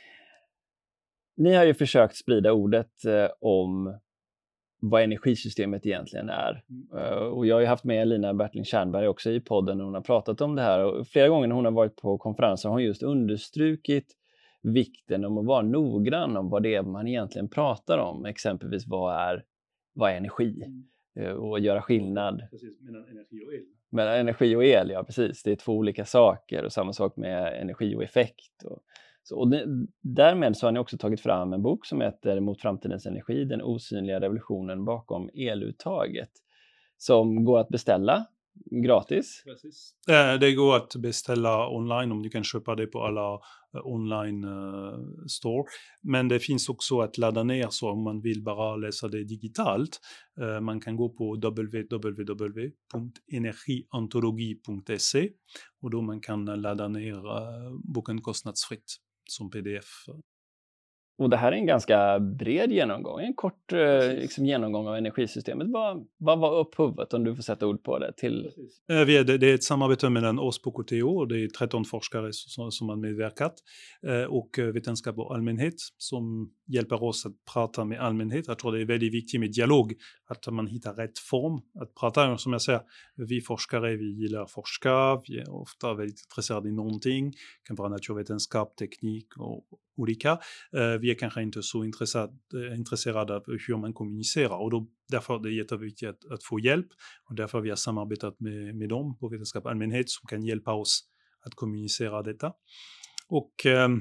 Ni har ju försökt sprida ordet om vad energisystemet egentligen är. Och jag har ju haft med Lina Bertling Tjärnberg också i podden och hon har pratat om det här. Och flera gånger när hon har varit på konferenser har hon just understrukit vikten om att vara noggrann om vad det är man egentligen pratar om. Exempelvis vad är energi? Och göra skillnad. Precis, mellan energi och el. Mellan energi och el, ja precis. Det är två olika saker och samma sak med energi och effekt. Därmed så har ni också tagit fram en bok som heter Mot framtidens energi, den osynliga revolutionen bakom eluttaget, som går att beställa gratis. Precis. Det går att beställa online om du kan köpa det på alla online store. Men det finns också att ladda ner så om man vill bara läsa det digitalt. Man kan gå på www.energiantologi.se och då man kan ladda ner boken kostnadsfritt som pdf. Och det här är en ganska bred genomgång, en kort genomgång av energisystemet. Vad var upphuvudet, om du får sätta ord på det? Det är ett samarbete mellan oss på KTH, och det är 13 forskare som har medverkat, och vetenskap och allmänhet som hjälper oss att prata med allmänhet. Jag tror det är väldigt viktigt med dialog, att man hittar rätt form att prata. Som jag säger, vi forskare, vi gillar forska, vi är ofta väldigt intresserade i någonting, det kan vara naturvetenskap, teknik och olika. Vi är kanske inte så intresserade av hur man kommunicerar, och därför är det jätteviktigt att få hjälp, och därför vi har samarbetat med dem på vetenskap och allmänhet som kan hjälpa oss att kommunicera detta. Och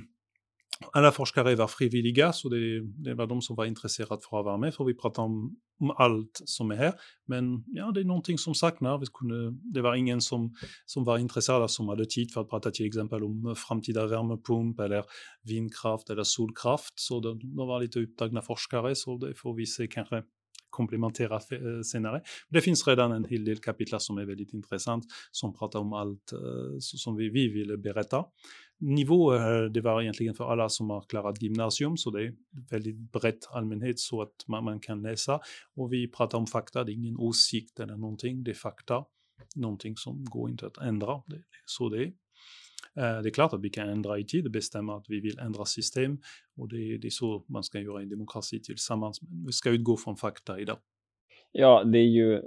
alla forskare var frivilliga, så det var de som var intresserade för att vara med, för vi pratar om allt som är här. Men ja, det är någonting som saknar. Det var ingen som var intresserad, som hade tid för att prata till exempel om framtida värmepump eller vindkraft eller solkraft. Så de var lite upptagna forskare, så det får vi se kanske komplementera senare. Det finns redan en hel del kapitel som är väldigt intressant, som pratar om allt som vi ville berätta. Nivå, det var egentligen för alla som har klarat gymnasium, så det är väldigt brett allmänhet så att man kan läsa. Och vi pratar om fakta, det är ingen åsikt eller någonting, det är fakta. Någonting som går inte att ändra, det är så det är. Det är klart att vi kan ändra i tid, bestämma att vi vill ändra system, och det är så man ska göra i demokrati tillsammans. Men vi ska utgå från fakta idag. Ja, det är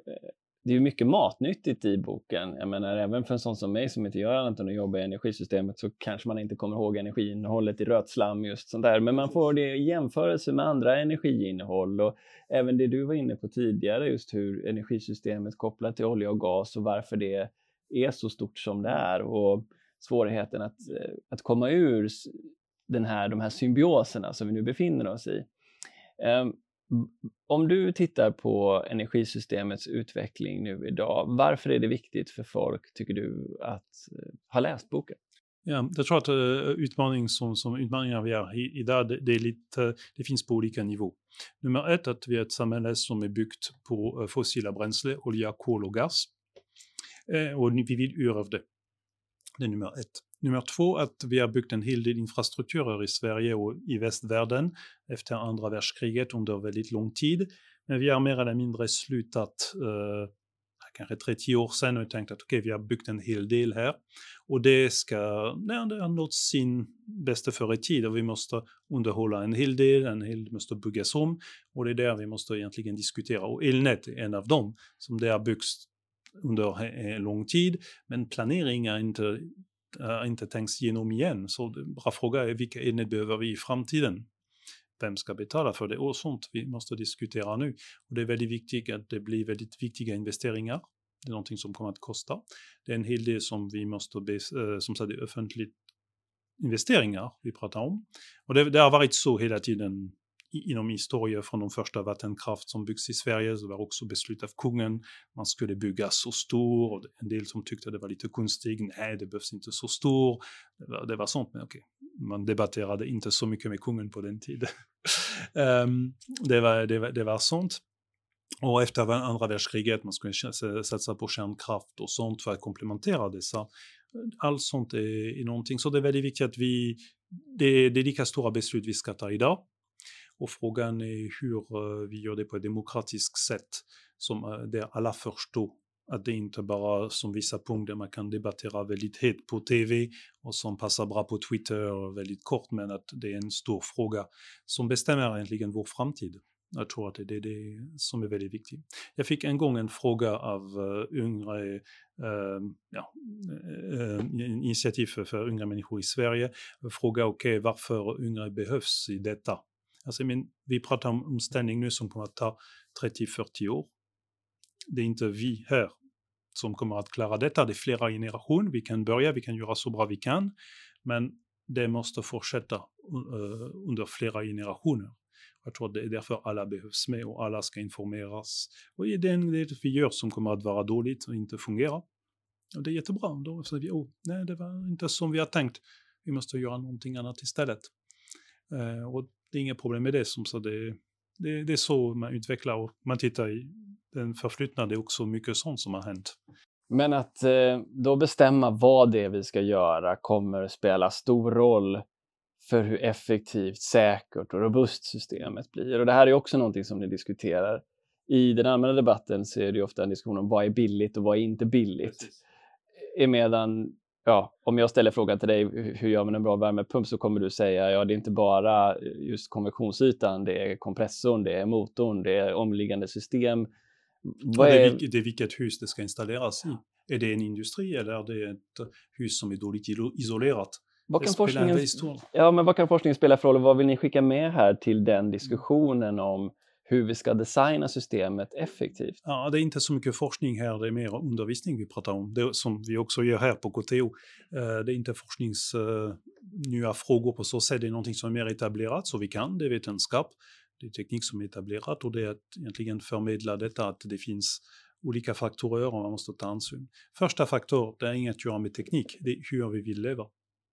ju mycket matnyttigt i boken. Jag menar, även för en sån som mig som inte gör annat än att jobba i energisystemet, så kanske man inte kommer ihåg energiinnehållet i rötslam just sånt där. Men man får det i jämförelse med andra energiinnehåll, och även det du var inne på tidigare, just hur energisystemet kopplat till olja och gas och varför det är så stort som det är, och svårigheten att komma ur de här symbioserna som vi nu befinner oss i. Om du tittar på energisystemets utveckling nu idag, varför är det viktigt för folk, tycker du, att ha läst boken? Ja, jag tror att utmaningar vi har idag, det finns på olika nivå. Nummer ett, att vi är ett samhälle som är byggt på fossila bränsle, olja, kol och gas. Och vi vill ur av det. Det är nummer ett. Nummer två, att vi har byggt en hel del infrastrukturer i Sverige och i västvärlden efter andra världskriget under väldigt lång tid. Men vi har mer eller mindre slutat kanske 30 år sedan och tänkt att okej, vi har byggt en hel del här. Och det har nått sin bästa före tid, och vi måste underhålla en hel del måste byggas om. Och det är där vi måste egentligen diskutera. Och elnät är en av dem som det har byggts under lång tid, men planering är inte tänkt igenom igen. Så den bra fråga är, vilka elnät behöver vi i framtiden? Vem ska betala för det? Och sånt vi måste diskutera nu. Och det är väldigt viktigt att det blir väldigt viktiga investeringar. Det är någonting som kommer att kosta. Det är en hel del som vi måste, som sagt, offentligt investeringar vi pratar om. Och det har varit så hela tiden inom historia från de första vattenkraft som byggs i Sverige. Så var också beslut av kungen. Man skulle bygga så stor. Och en del som tyckte det var lite konstigt. Nej, det behövs inte så stor. Det var sånt, men okej. Man debatterade inte så mycket med kungen på den tiden. Det var sånt. Och efter andra världskriget man skulle satsa på kärnkraft och sånt för att komplementera dessa. Allt sånt är någonting. Så det är väldigt viktigt att det är lika stora beslut vi ska ta idag. Och frågan är hur vi gör det på ett demokratiskt sätt där alla förstår att det inte bara som vissa punkter man kan debattera väldigt hett på tv och som passar bra på Twitter väldigt kort, men att det är en stor fråga som bestämmer egentligen vår framtid. Jag tror att det är det som är väldigt viktigt. Jag fick en gång en fråga av yngre initiativ för yngre människor i Sverige. Fråga varför yngre behövs i detta. Alltså, men vi pratar om omställning nu som kommer att ta 30-40 år. Det är inte vi här som kommer att klara detta. Det är flera generationer. Vi kan göra så bra vi kan. Men det måste fortsätta under flera generationer. Jag tror att det är därför alla behövs med och alla ska informeras. Och det är det vi gör som kommer att vara dåligt och inte fungera. Och det är jättebra. Då säger vi, nej, det var inte som vi har tänkt. Vi måste göra någonting annat istället. Och det är inga problem med det. Så det är så man utvecklar och man tittar i den förflyttna. Det är också mycket sånt som har hänt. Men att då bestämma vad det är vi ska göra kommer spela stor roll för hur effektivt, säkert och robust systemet blir. Och det här är också någonting som ni diskuterar. I den allmänna debatten så är det ofta en diskussion om vad är billigt och vad är inte billigt. Emedan, om jag ställer frågan till dig, hur gör man en bra värmepump, så kommer du säga, det är inte bara just konvektionsytan, det är kompressorn, det är motorn, det är omliggande system. Det är vilket hus det ska installeras i. Är det en industri eller är det ett hus som är dåligt isolerat? Vad kan forskningen spela för roll och vad vill ni skicka med här till den diskussionen om hur vi ska designa systemet effektivt? Ja, det är inte så mycket forskning här, det är mer undervisning vi pratar om. Det som vi också gör här på KTH. Det är inte nya frågor på så sätt, det är någonting som är mer etablerat så vi kan, det är vetenskap. Det är teknik som är etablerat och det är att egentligen förmedla detta att det finns olika faktorer och man måste ta hänsyn. Första faktor, det är inget att göra med teknik, det är hur vi vill leva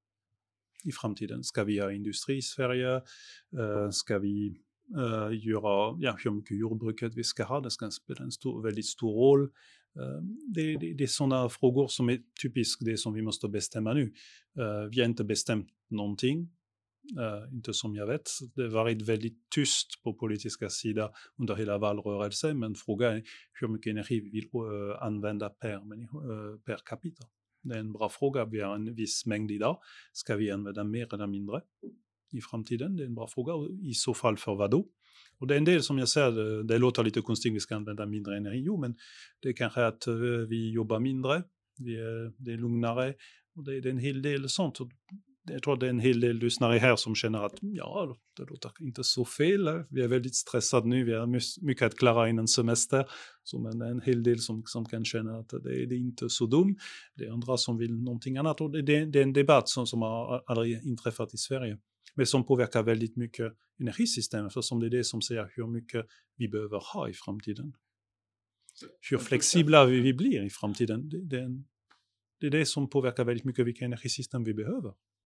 i framtiden. Ska vi ha industri i Sverige? Ska vi göra hur mycket jordbruket vi ska ha? Det ska spela en väldigt stor roll. Det är sådana frågor som är typiskt det som vi måste bestämma nu. Vi har inte bestämt någonting. Inte som jag vet. Det har varit väldigt tyst på politiska sida under hela valrörelsen, men frågan är hur mycket energi vi vill använda per capita. Det är en bra fråga. Vi har en viss mängd idag. Ska vi använda mer eller mindre i framtiden? Det är en bra fråga. Och i så fall för vad då? Och det är en del som jag säger, det låter lite konstigt, vi ska använda mindre energi. Jo, men det är kanske att vi jobbar mindre, det är lugnare. Och det är en hel del sånt. Jag tror att det är en hel del lyssnare här som känner att det låter inte så fel. Vi är väldigt stressade nu, vi har mycket att klara innan semester. Så det är en hel del som kan känna att det är inte så dumt. Det är andra som vill någonting annat. Och det är en debatt som har aldrig inträffat i Sverige. Men som påverkar väldigt mycket energisystemet. För som det är det som säger hur mycket vi behöver ha i framtiden. Hur flexibla vi blir i framtiden. Det är det som påverkar väldigt mycket vilka energisystem vi behöver.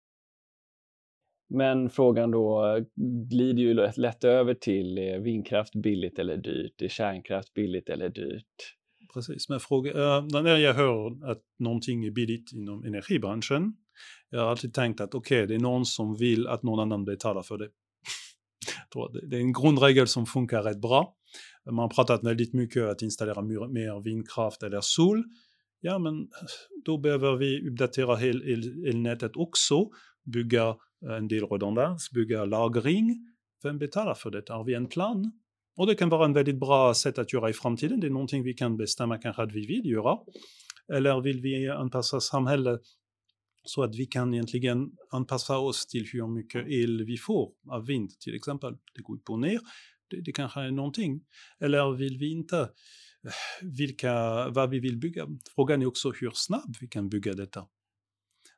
Men frågan då glider ju lätt över till vindkraft billigt eller dyrt, är kärnkraft billigt eller dyrt? Precis, men när jag hör att någonting är billigt inom energibranschen, jag har alltid tänkt att det är någon som vill att någon annan betalar för det. Det är en grundregel som funkar rätt bra. Man har pratat väldigt mycket om att installera mer vindkraft eller sol. Ja, men då behöver vi uppdatera elnätet också, bygga en del redundans, bygga lagring. Vem betalar för det? Har vi en plan? Och det kan vara en väldigt bra sätt att göra i framtiden. Det är någonting vi kan bestämma kanske att vi vill göra. Eller vill vi anpassa samhället så att vi kan egentligen anpassa oss till hur mycket el vi får av vind till exempel. Det går upp och ner. Det kanske är någonting. Eller vill vi inte vad vi vill bygga? Frågan är också hur snabbt vi kan bygga detta.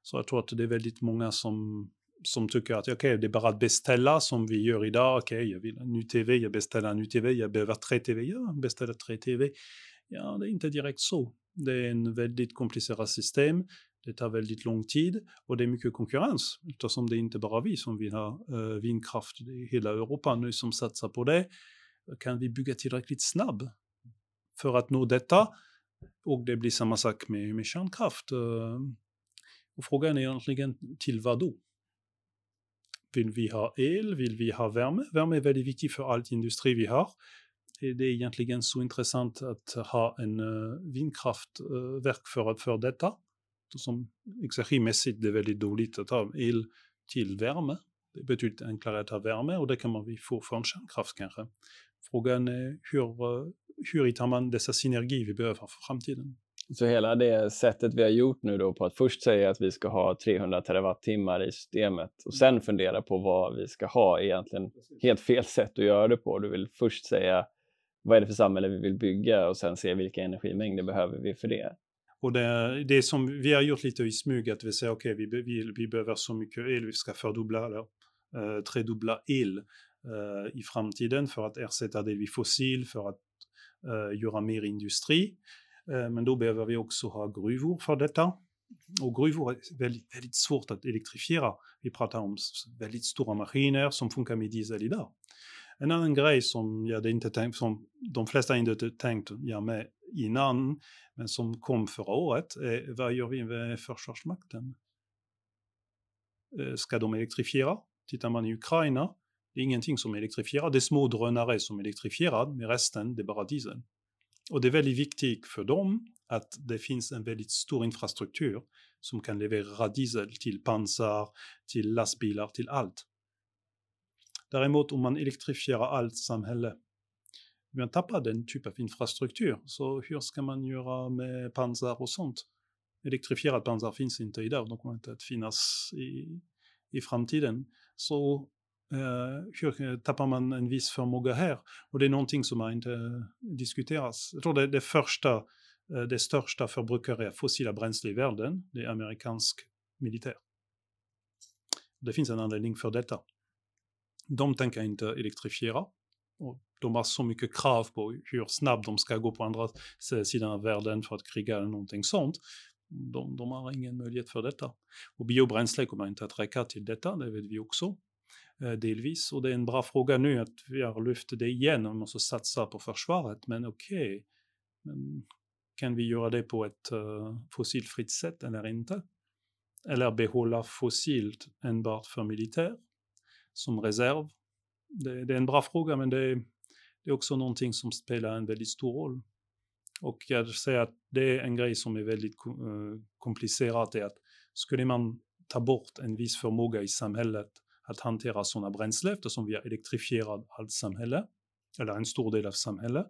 Så jag tror att det är väldigt många som tycker att okej, det är bara att beställa som vi gör idag. Okej, jag vill en ny tv, jag beställer en ny tv, jag behöver 3 tv, jag beställer 3 tv. Ja, det är inte direkt så. Det är en väldigt komplicerat system, det tar väldigt lång tid och det är mycket konkurrens. Eftersom det är inte bara vi som vill ha vindkraft, det är hela Europa nu som satsar på det. Kan vi bygga tillräckligt snabbt för att nå detta? Och det blir samma sak med kärnkraft. Och frågan är egentligen till vad då? Vill vi ha el? Vill vi ha värme? Värme är väldigt viktigt för all industri vi har. Det är egentligen så intressant att ha en vindkraftverk för detta. Som energimässigt det är väldigt dåligt att ha el till värme. Det är betydligt enklare att ha värme och det kan man få från kärnkraft kanske. Frågan är hur hittar man dessa synergi vi behöver för framtiden? Så hela det sättet vi har gjort nu då på att först säga att vi ska ha 300 terawattimmar i systemet och sen fundera på vad vi ska ha är egentligen helt fel sätt att göra det på. Du vill först säga vad är det för samhälle vi vill bygga och sen se vilka energimängder behöver vi för det. Och det som vi har gjort lite i smyg att vi säger okej, vi behöver så mycket el, vi ska fördubbla eller tredubbla el i framtiden för att ersätta det vid fossil, för att göra mer industri. Men då behöver vi också ha gruvor för detta. Och gruvor är väldigt, väldigt svårt att elektrifiera. Vi pratar om väldigt stora maskiner som funkar med diesel idag. En annan grej som jag inte tänkt, som de flesta inte tänkt med innan, men som kom förra året, är vad gör vi med försvarsmakten? Ska de elektrifiera? Tittar man i Ukraina, det är ingenting som elektrifierar. Det är små drönare som elektrifierar, men resten det är bara diesel. Och det är väldigt viktigt för dem att det finns en väldigt stor infrastruktur som kan leverera diesel till pansar, till lastbilar, till allt. Däremot om man elektrifierar allt samhälle, man tappar den typ av infrastruktur, så hur ska man göra med pansar och sånt? Elektrifierad pansar finns inte idag, de kommer inte att finnas i framtiden. Så hur tappar man en viss förmåga här? Och det är någonting som inte diskuteras. Jag tror det största förbrukare av fossila bränsle i världen, det är amerikansk militär. Det finns en anledning för detta. De tänker inte elektrifiera och de har så mycket krav på hur snabbt de ska gå på andra sidan av världen för att kriga eller någonting sånt. De har ingen möjlighet för detta. Och biobränsle kommer inte att räcka till detta, det vet vi också. Delvis, och det är en bra fråga nu att vi har lyft det igen och måste satsa på försvaret, men okej, men kan vi göra det på ett fossilfritt sätt eller inte? Eller behålla fossilt enbart för militär som reserv? Det är en bra fråga, men det är också någonting som spelar en väldigt stor roll. Och jag säger att det är en grej som är väldigt komplicerat, är att skulle man ta bort en viss förmåga i samhället att hantera sådana bränsle, eftersom vi har elektrifierat allt samhälle, eller en stor del av samhället.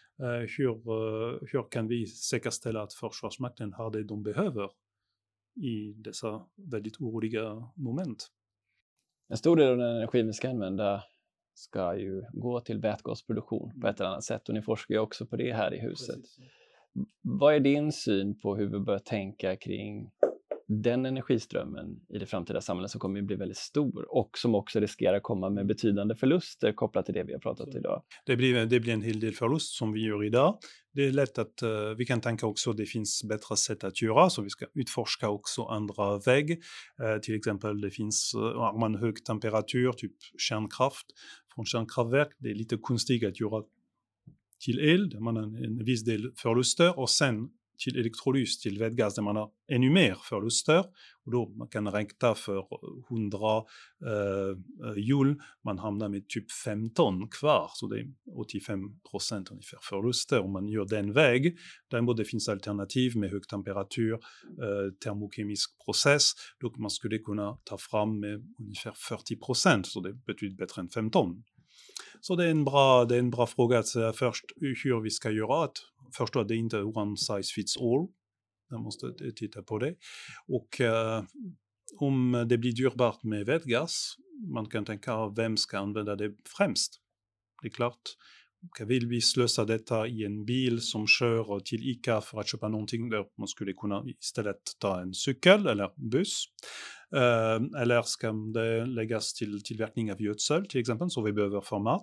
Hur kan vi säkerställa att försvarsmakten har det de behöver i dessa väldigt oroliga moment? En stor del av den energi vi ska använda ska ju gå till vätgasproduktion på ett eller annat sätt, och ni forskar ju också på det här i huset. Precis. Vad är din syn på hur vi bör tänka kring den energiströmmen i det framtida samhället som kommer att bli väldigt stor och som också riskerar att komma med betydande förluster kopplat till det vi har pratat idag? Det blir en hel del förlust som vi gör idag. Det är lätt att vi kan tänka också att det finns bättre sätt att göra, så vi ska utforska också andra väg. Till exempel det finns har man hög temperatur, typ kärnkraft från kärnkraftverk. Det är lite konstigt att göra till el där man har en viss del förluster, och sen till elektrolys, till vätgas där man har ännu mer förluster, och då man kan räkna för 100 joule, man hamnar med typ 15 kvar, så det är 85% ungefär förluster om man gör den väg. Däremot det finns alternativ med hög temperatur, termokemisk process, då man skulle kunna ta fram med ungefär 40%, så det är betydligt bättre än 15. Så det är en bra fråga att säga först hur vi ska göra, att förstå att det inte är one size fits all. Man måste titta på det. Och om det blir dyrbart med vätgas, man kan tänka vem ska använda det främst. Det är klart, Vill vi slösa detta i en bil som kör till ICA för att köpa någonting där man skulle kunna istället ta en cykel eller buss? Eller ska det läggas till tillverkning av gödsel till exempel, som vi behöver för mat?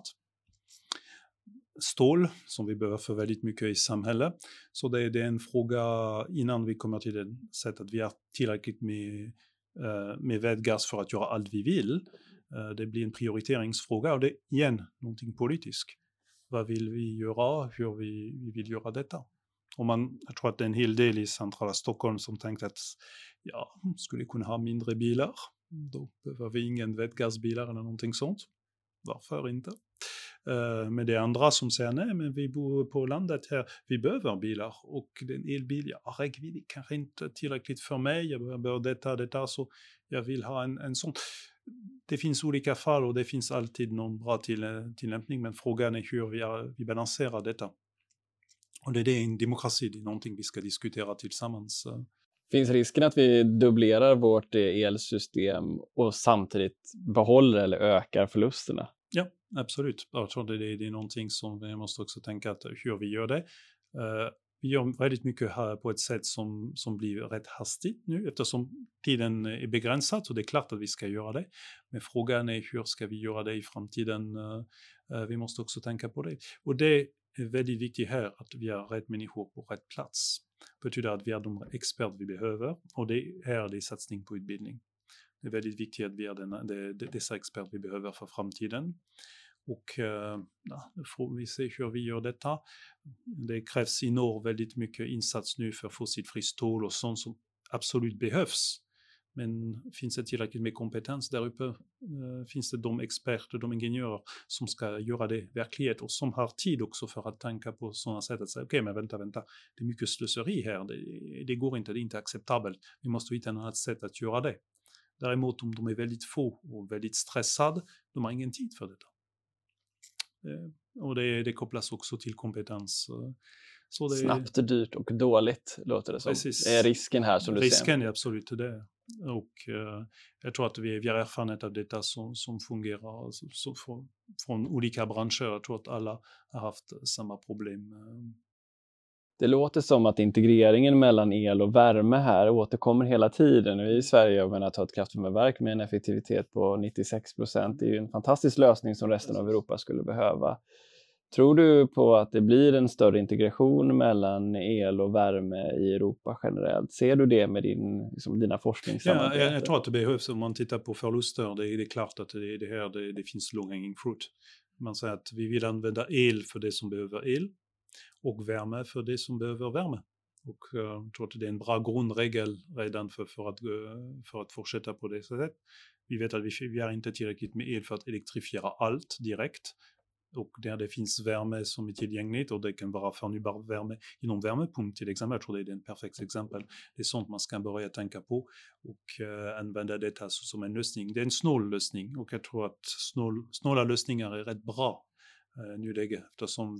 Stål, som vi behöver för väldigt mycket i samhället. Så det är en fråga innan vi kommer till det sätt att vi har tillräckligt med vätgas för att göra allt vi vill. Det blir en prioriteringsfråga och det är igen någonting politiskt. Vad vill vi göra? Hur vi vill göra detta? Jag tror att det är en hel del i centrala Stockholm som tänkte att skulle kunna ha mindre bilar. Då behöver vi ingen vätgasbilar eller någonting sånt. Varför inte? Men det är andra som säger nej, men vi bor på landet här, vi behöver bilar och den elbil, räckvidd är kanske inte tillräckligt för mig, jag behöver detta, så jag vill ha en sån. Det finns olika fall och det finns alltid någon bra tillämpning, men frågan är hur vi balanserar detta. Och det är en demokrati, det är någonting vi ska diskutera tillsammans. Finns risken att vi dubblerar vårt elsystem och samtidigt behåller eller ökar förlusterna? Ja, absolut. Jag tror det är någonting som vi måste också tänka att hur vi gör det. Vi gör väldigt mycket här på ett sätt som blir rätt hastigt nu eftersom tiden är begränsad, så det är klart att vi ska göra det. Men frågan är hur ska vi göra det i framtiden? Vi måste också tänka på det. Och det är väldigt viktigt här att vi har rätt människor på rätt plats. Det betyder att vi har de experter vi behöver och det är satsning på utbildning. Det är väldigt viktigt att vi har dessa experter vi behöver för framtiden. Och då får vi se hur vi gör detta. Det krävs i norr väldigt mycket insats nu för fossilfri stål och sånt som absolut behövs. Men finns det tillräckligt med kompetens där uppe? Finns det de experter, de ingenjörer som ska göra det verklighet och som har tid också för att tänka på sådana sätt att säga okej, men vänta, det är mycket slöseri här, det går inte, det är inte acceptabelt. Vi måste hitta ett annat sätt att göra det. Däremot om de är väldigt få och väldigt stressade, de har ingen tid för detta. Och det kopplas också till kompetens. Så det snabbt, dyrt och dåligt låter det som. Precis. Är risken här som du säger? Risken är absolut det. Och jag tror att vi har erfarenhet av detta som fungerar från olika branscher. Jag tror att alla har haft samma problem. Det låter som att integreringen mellan el och värme här återkommer hela tiden. Och i Sverige, om att ha ett kraftvärmeverk med en effektivitet på 96%, det är ju en fantastisk lösning som resten av Europa skulle behöva. Tror du på att det blir en större integration mellan el och värme i Europa generellt? Ser du det med dina forskningssamarbeten? Ja, jag tror att det behövs. Om man tittar på förluster, det är klart att det finns low hanging fruit. Man säger att vi vill använda el för det som behöver el och värme för det som behöver värme. Och jag tror att det är en bra grundregel redan för att fortsätta på det sättet. Vi vet att vi har inte tillräckligt med el för att elektrifiera allt direkt. Och där det finns värme som är tillgängligt och det kan vara förnybar värme inom värmepump till exempel. Jag tror det är ett perfekt exempel. Det är sånt man ska börja tänka på och använda detta som en lösning. Det är en snål lösning och jag tror att snåla lösningar är rätt bra nuläge eftersom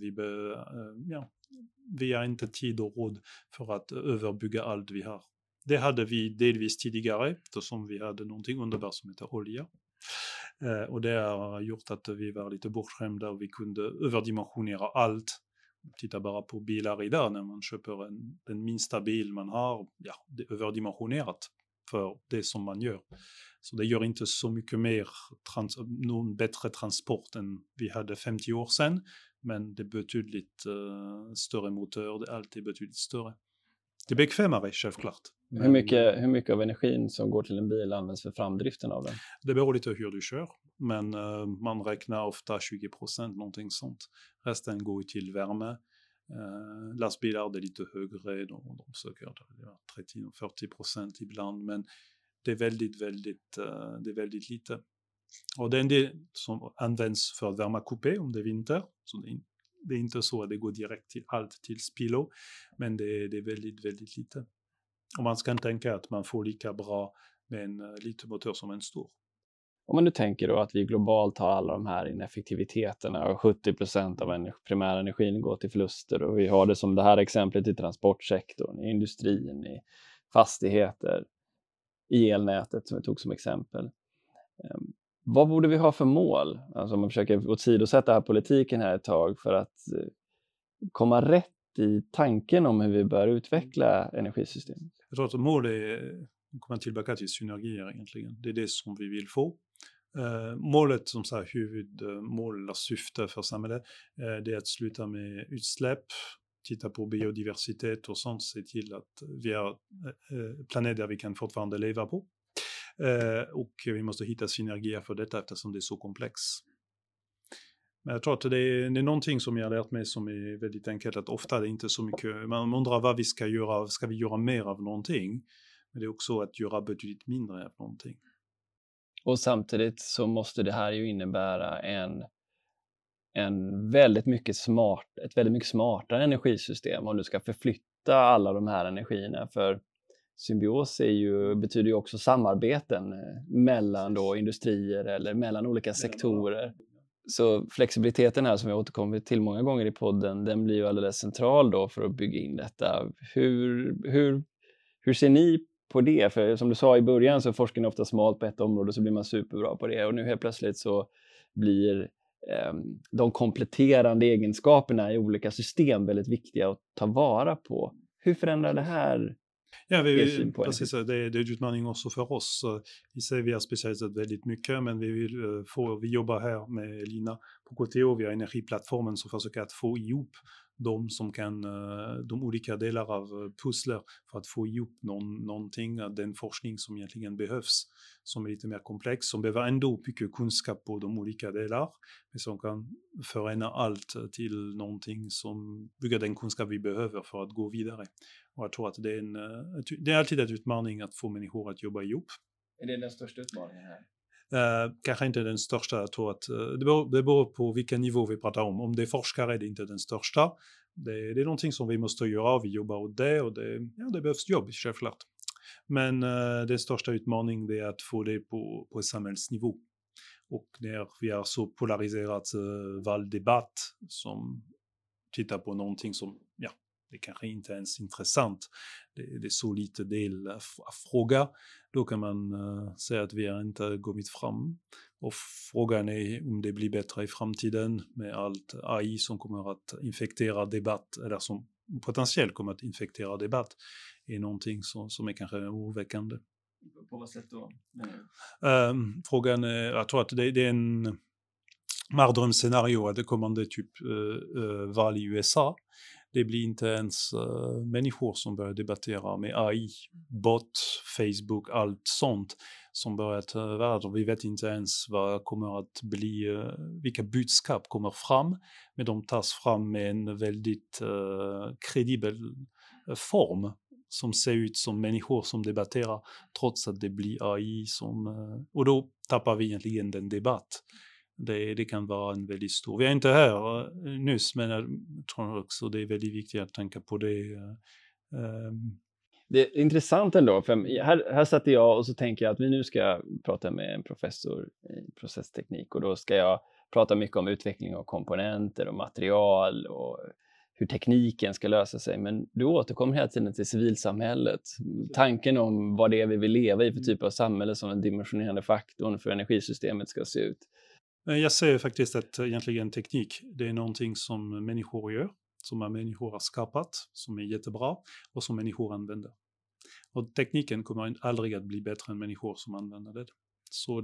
vi har inte tid och råd för att överbygga allt vi har. Det hade vi delvis tidigare eftersom vi hade någonting underbart som heter olja. Och det har gjort att vi var lite bortskämda och vi kunde överdimensionera allt. Titta bara på bilar idag när man köper den minsta bil man har, det är överdimensionerat för det som man gör. Så det gör inte så mycket mer, någon bättre transport än vi hade 50 år sedan, men det är betydligt större motor, allt är betydligt större. Det är bekvämare, självklart. Hur mycket av energin som går till en bil används för framdriften av den? Det beror lite hur du kör, men man räknar ofta 20%, någonting sånt. Resten går till värme. Lastbilar det är lite högre, de söker 30-40% ibland, men det är väldigt lite. Och det är en del som används för att värma kupé om det är vinter, så det är inte så att det går direkt till allt till spillo, men det är väldigt lite. Och man ska tänka att man får lika bra med en liten motor som en stor. Om man nu tänker då att vi globalt har alla de här ineffektiviteterna och 70% av primär energin går till förluster och vi har det som det här exemplet i transportsektorn, i industrin, i fastigheter, i elnätet som vi tog som exempel. Vad borde vi ha för mål? Alltså om man försöker åsidosätta politiken här ett tag för att komma rätt i tanken om hur vi bör utveckla energisystemet. Jag tror att mål kommer tillbaka till synergier egentligen. Det är det som vi vill få. Målet som så här, huvudmål eller syfte för samhället, det är att sluta med utsläpp, titta på biodiversitet och sånt, se till att vi har planet där vi kan fortfarande leva på. Och vi måste hitta synergier för detta eftersom det är så komplex. Men jag tror att det är någonting som jag har lärt mig som är väldigt enkelt, att ofta är det inte så mycket, man undrar vad vi ska göra, ska vi göra mer av någonting? Men det är också att göra betydligt mindre av någonting. Och samtidigt så måste det här ju innebära ett väldigt mycket smartare energisystem om du ska förflytta alla de här energierna. För symbios betyder ju också samarbeten mellan då industrier eller mellan olika sektorer. Så flexibiliteten här som vi återkommit till många gånger i podden, den blir ju alldeles central då för att bygga in detta. Hur ser ni på det? För som du sa i början så forskar ni ofta smalt på ett område så blir man superbra på det. Och nu helt plötsligt så blir de kompletterande egenskaperna i olika system väldigt viktiga att ta vara på. Hur förändrar det här? Ja, precis, det är en utmaning också för oss. Vi har specialiserat väldigt mycket, men vi jobbar här med Elina på KTH via energiplattformen som försöker att få ihop de olika delar av pussler för att få ihop någonting, den forskning som egentligen behövs, som är lite mer komplex, som behöver ändå mycket kunskap på de olika delar, men som kan förena allt till någonting som bygger den kunskap vi behöver för att gå vidare. Och jag tror att det är alltid en utmaning att få människor att jobba ihop. Är det den största utmaningen här? Kanske inte den största, jag tror att det beror på vilken nivå vi pratar om. Om det är forskare är det inte den största. Det är någonting som vi måste göra, vi jobbar åt det och det behövs jobb, självklart. Men den största utmaningen är att få det på samhällsnivå. Och när vi har så polariserat valdebatt som tittar på någonting som, det kanske inte ens är intressant. Det är så lite del av fråga. Då kan man säga att vi har inte kommit fram. Och frågan är om det blir bättre i framtiden med allt AI som kommer att infektera debatt, eller som potentiellt kommer att infektera debatt, är någonting som är kanske oroväckande. På vad sätt då? Frågan är, jag tror att det är en mardrömsscenario att det kommande val i USA. Det blir inte ens människor som börjar debattera med AI, bot, Facebook, allt sånt som börjar världen. Vi vet inte ens vad kommer att bli, vilka budskap kommer fram, men de tas fram med en väldigt kredibel form som ser ut som människor som debatterar trots att det blir AI och då tappar vi egentligen den debatt. Det kan vara en väldigt stor. Vi är inte här nyss, men jag tror också det är väldigt viktigt att tänka på det. Det är intressant ändå, för här satt jag och så tänker jag att vi nu ska prata med en professor i processteknik och då ska jag prata mycket om utveckling av komponenter och material och hur tekniken ska lösa sig. Men du återkommer hela tiden till civilsamhället. Tanken om vad det är vi vill leva i för typ av samhälle som den dimensionerande faktorn för energisystemet ska se ut. Jag ser faktiskt att egentligen teknik, det är någonting som människor gör, som människor har skapat, som är jättebra och som människor använder. Och tekniken kommer aldrig att bli bättre än människor som använder det. Så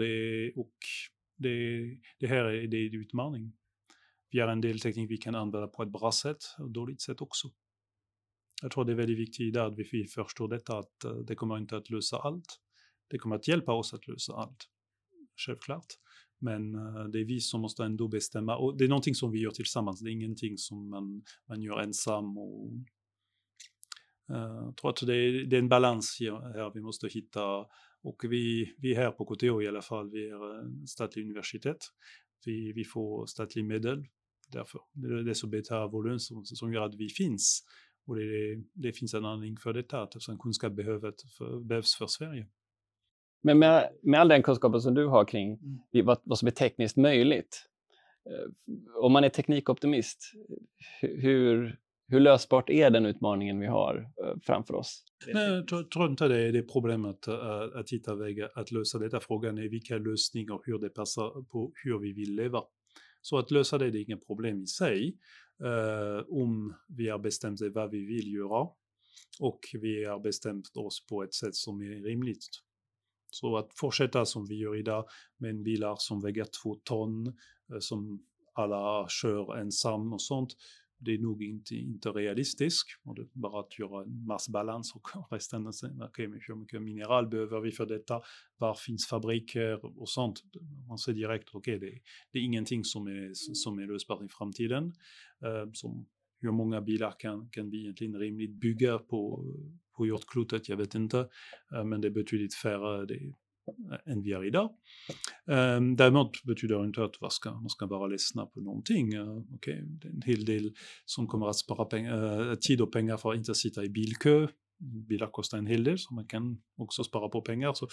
det här är en utmaning. Vi har en del teknik vi kan använda på ett bra sätt och dåligt sätt också. Jag tror det är väldigt viktigt att vi förstår detta, att det kommer inte att lösa allt. Det kommer att hjälpa oss att lösa allt, självklart. Men det är vi som måste ändå bestämma. Och det är någonting som vi gör tillsammans. Det är ingenting som man gör ensam. Och, jag tror att det är en balans här vi måste hitta. Och vi här på KTH i alla fall, vi är ett statligt universitet. Vi får statliga medel. Därför. Det är så bättre volym som gör att vi finns. Och det finns en anledning för detta. Att kunskap behövs för Sverige. Men med all den kunskapen som du har kring vad som är tekniskt möjligt, om man är teknikoptimist, hur Hur lösbart är den utmaningen vi har framför oss? Nej, jag tror inte det är problemet att hitta vägar att lösa detta. Frågan är vilka lösningar och hur det passar på hur vi vill leva. Så att lösa det är inget problem i sig om vi har bestämt vad vi vill göra och vi har bestämt oss på ett sätt som är rimligt. Så att fortsätta som vi gör idag med en bilar som väger 2 ton, som alla kör ensam och sånt, det är nog inte realistiskt. Och det är bara att göra en massbalans och resten av sig. Okej, men hur mycket mineral behöver vi för detta? Var finns fabriker och sånt? Man ser direkt, okej, det är ingenting som är lösbart i framtiden. Som hur många bilar kan vi egentligen rimligt bygga på jordklotet? Jag vet inte. Men det är betydligt färre än vi är idag. Däremot betyder det inte att man ska vara ledsna på någonting. Okej, det är en hel del som kommer att spara tid och pengar för att inte sitta i bilkö. Bilar kostar en hel del, så man kan också spara på pengar. Så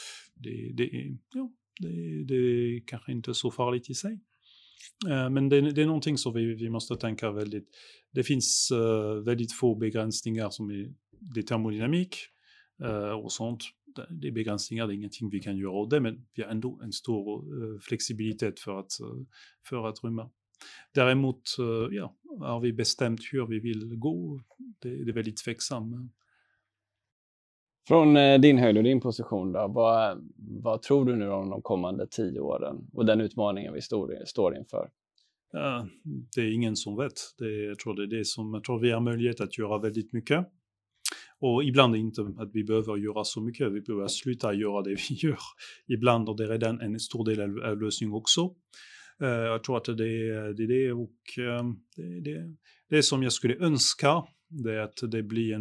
det är kanske inte så farligt i sig. Men det är någonting som vi måste tänka väldigt. Det finns väldigt få begränsningar som är termodynamik och sånt. Det är begränsningar, det är ingenting vi kan göra av det, men vi har ändå en stor flexibilitet för att rymma. Däremot har vi bestämt hur vi vill gå. Det är väldigt tveksamt. Från din höjd och din position då, vad tror du nu om de kommande 10 åren och den utmaningen vi står inför? Det är ingen som vet. Jag tror vi har möjlighet att göra väldigt mycket. Och ibland inte att vi behöver göra så mycket, vi behöver sluta göra det vi gör. Ibland är det redan en stor del av lösningen också. Jag tror att det är det, och det som jag skulle önska, det är att det blir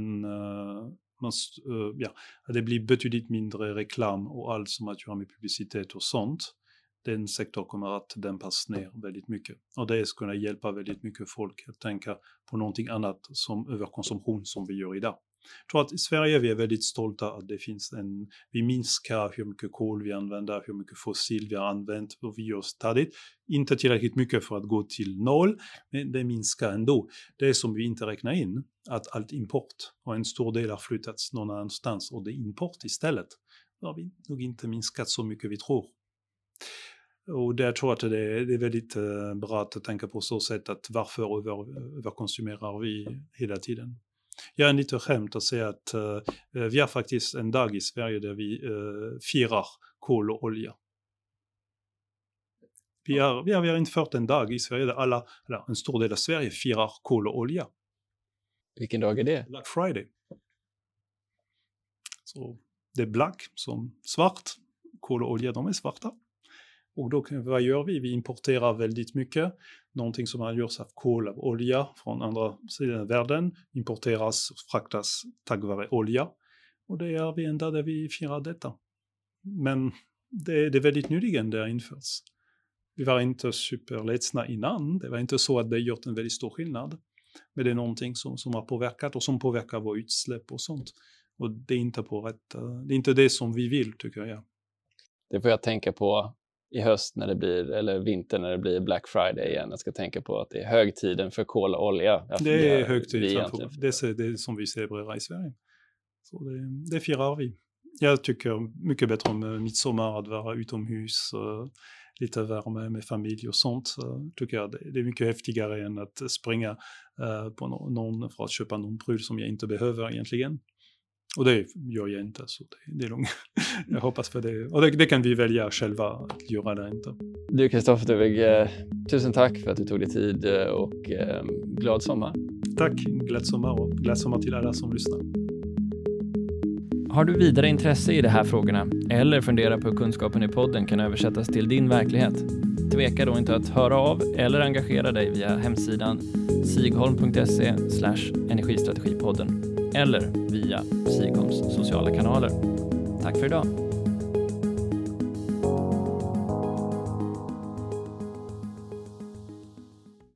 det blir betydligt mindre reklam och allt som att göra med publicitet och sånt. Den sektorn kommer att dämpas ner väldigt mycket. Och det ska kunna hjälpa väldigt mycket folk att tänka på någonting annat som överkonsumtion som vi gör idag. Jag tror att i Sverige vi är väldigt stolta att det finns vi minskar hur mycket kol vi använder, hur mycket fossil vi har använt och vi gör stadigt. Inte tillräckligt mycket för att gå till 0, men det minskar ändå. Det är som vi inte räknar in, att allt import och en stor del har flyttats någon annanstans och det är import istället. Då har vi nog inte minskat så mycket vi tror. Och där tror jag att det är väldigt bra att tänka på så sätt att varför överkonsumerar vi hela tiden. Jag är lite skämt att säga att vi har faktiskt en dag i Sverige där vi firar kol och olja. Vi har infört en dag i Sverige där en stor del av Sverige firar kol och olja. Vilken dag är det? Black Friday. Så det är black som svart. Kol och olja, de är svarta. Och då, vad gör vi? Vi importerar väldigt mycket. Någonting som har gjorts av kol och olja från andra sidan av världen importeras och fraktas tack vare olja. Och det är vi enda där vi firar detta. Men det är väldigt nyligen det har införts. Vi var inte superledsna innan. Det var inte så att det gjort en väldigt stor skillnad. Men det är någonting som har påverkat och som påverkar vår utsläpp och sånt. Och det är inte det är inte det som vi vill, tycker jag. Det får jag tänka på i höst eller vinter när det blir Black Friday igen. Jag ska tänka på att det är högtiden för kol och olja. Det är högtid det är som vi celebrerar i Sverige. Så det firar vi. Jag tycker mycket bättre om midsommar, att vara utomhus, lite värme med familj och sånt. Tycker jag det är mycket häftigare än att springa på någon för att köpa någon pryl som jag inte behöver egentligen. Och det gör jag inte, så det är långt. Jag hoppas för det. Och det kan vi välja själva att göra det inte. Du Kristoffer Duvig, tusen tack för att du tog dig tid och glad sommar. Tack, glad sommar och glad sommar till alla som lyssnar. Har du vidare intresse i de här frågorna eller funderar på hur kunskapen i podden kan översättas till din verklighet? Tveka då inte att höra av eller engagera dig via hemsidan sigholm.se/energistrategipodden eller via Sigholms sociala kanaler. Tack för idag!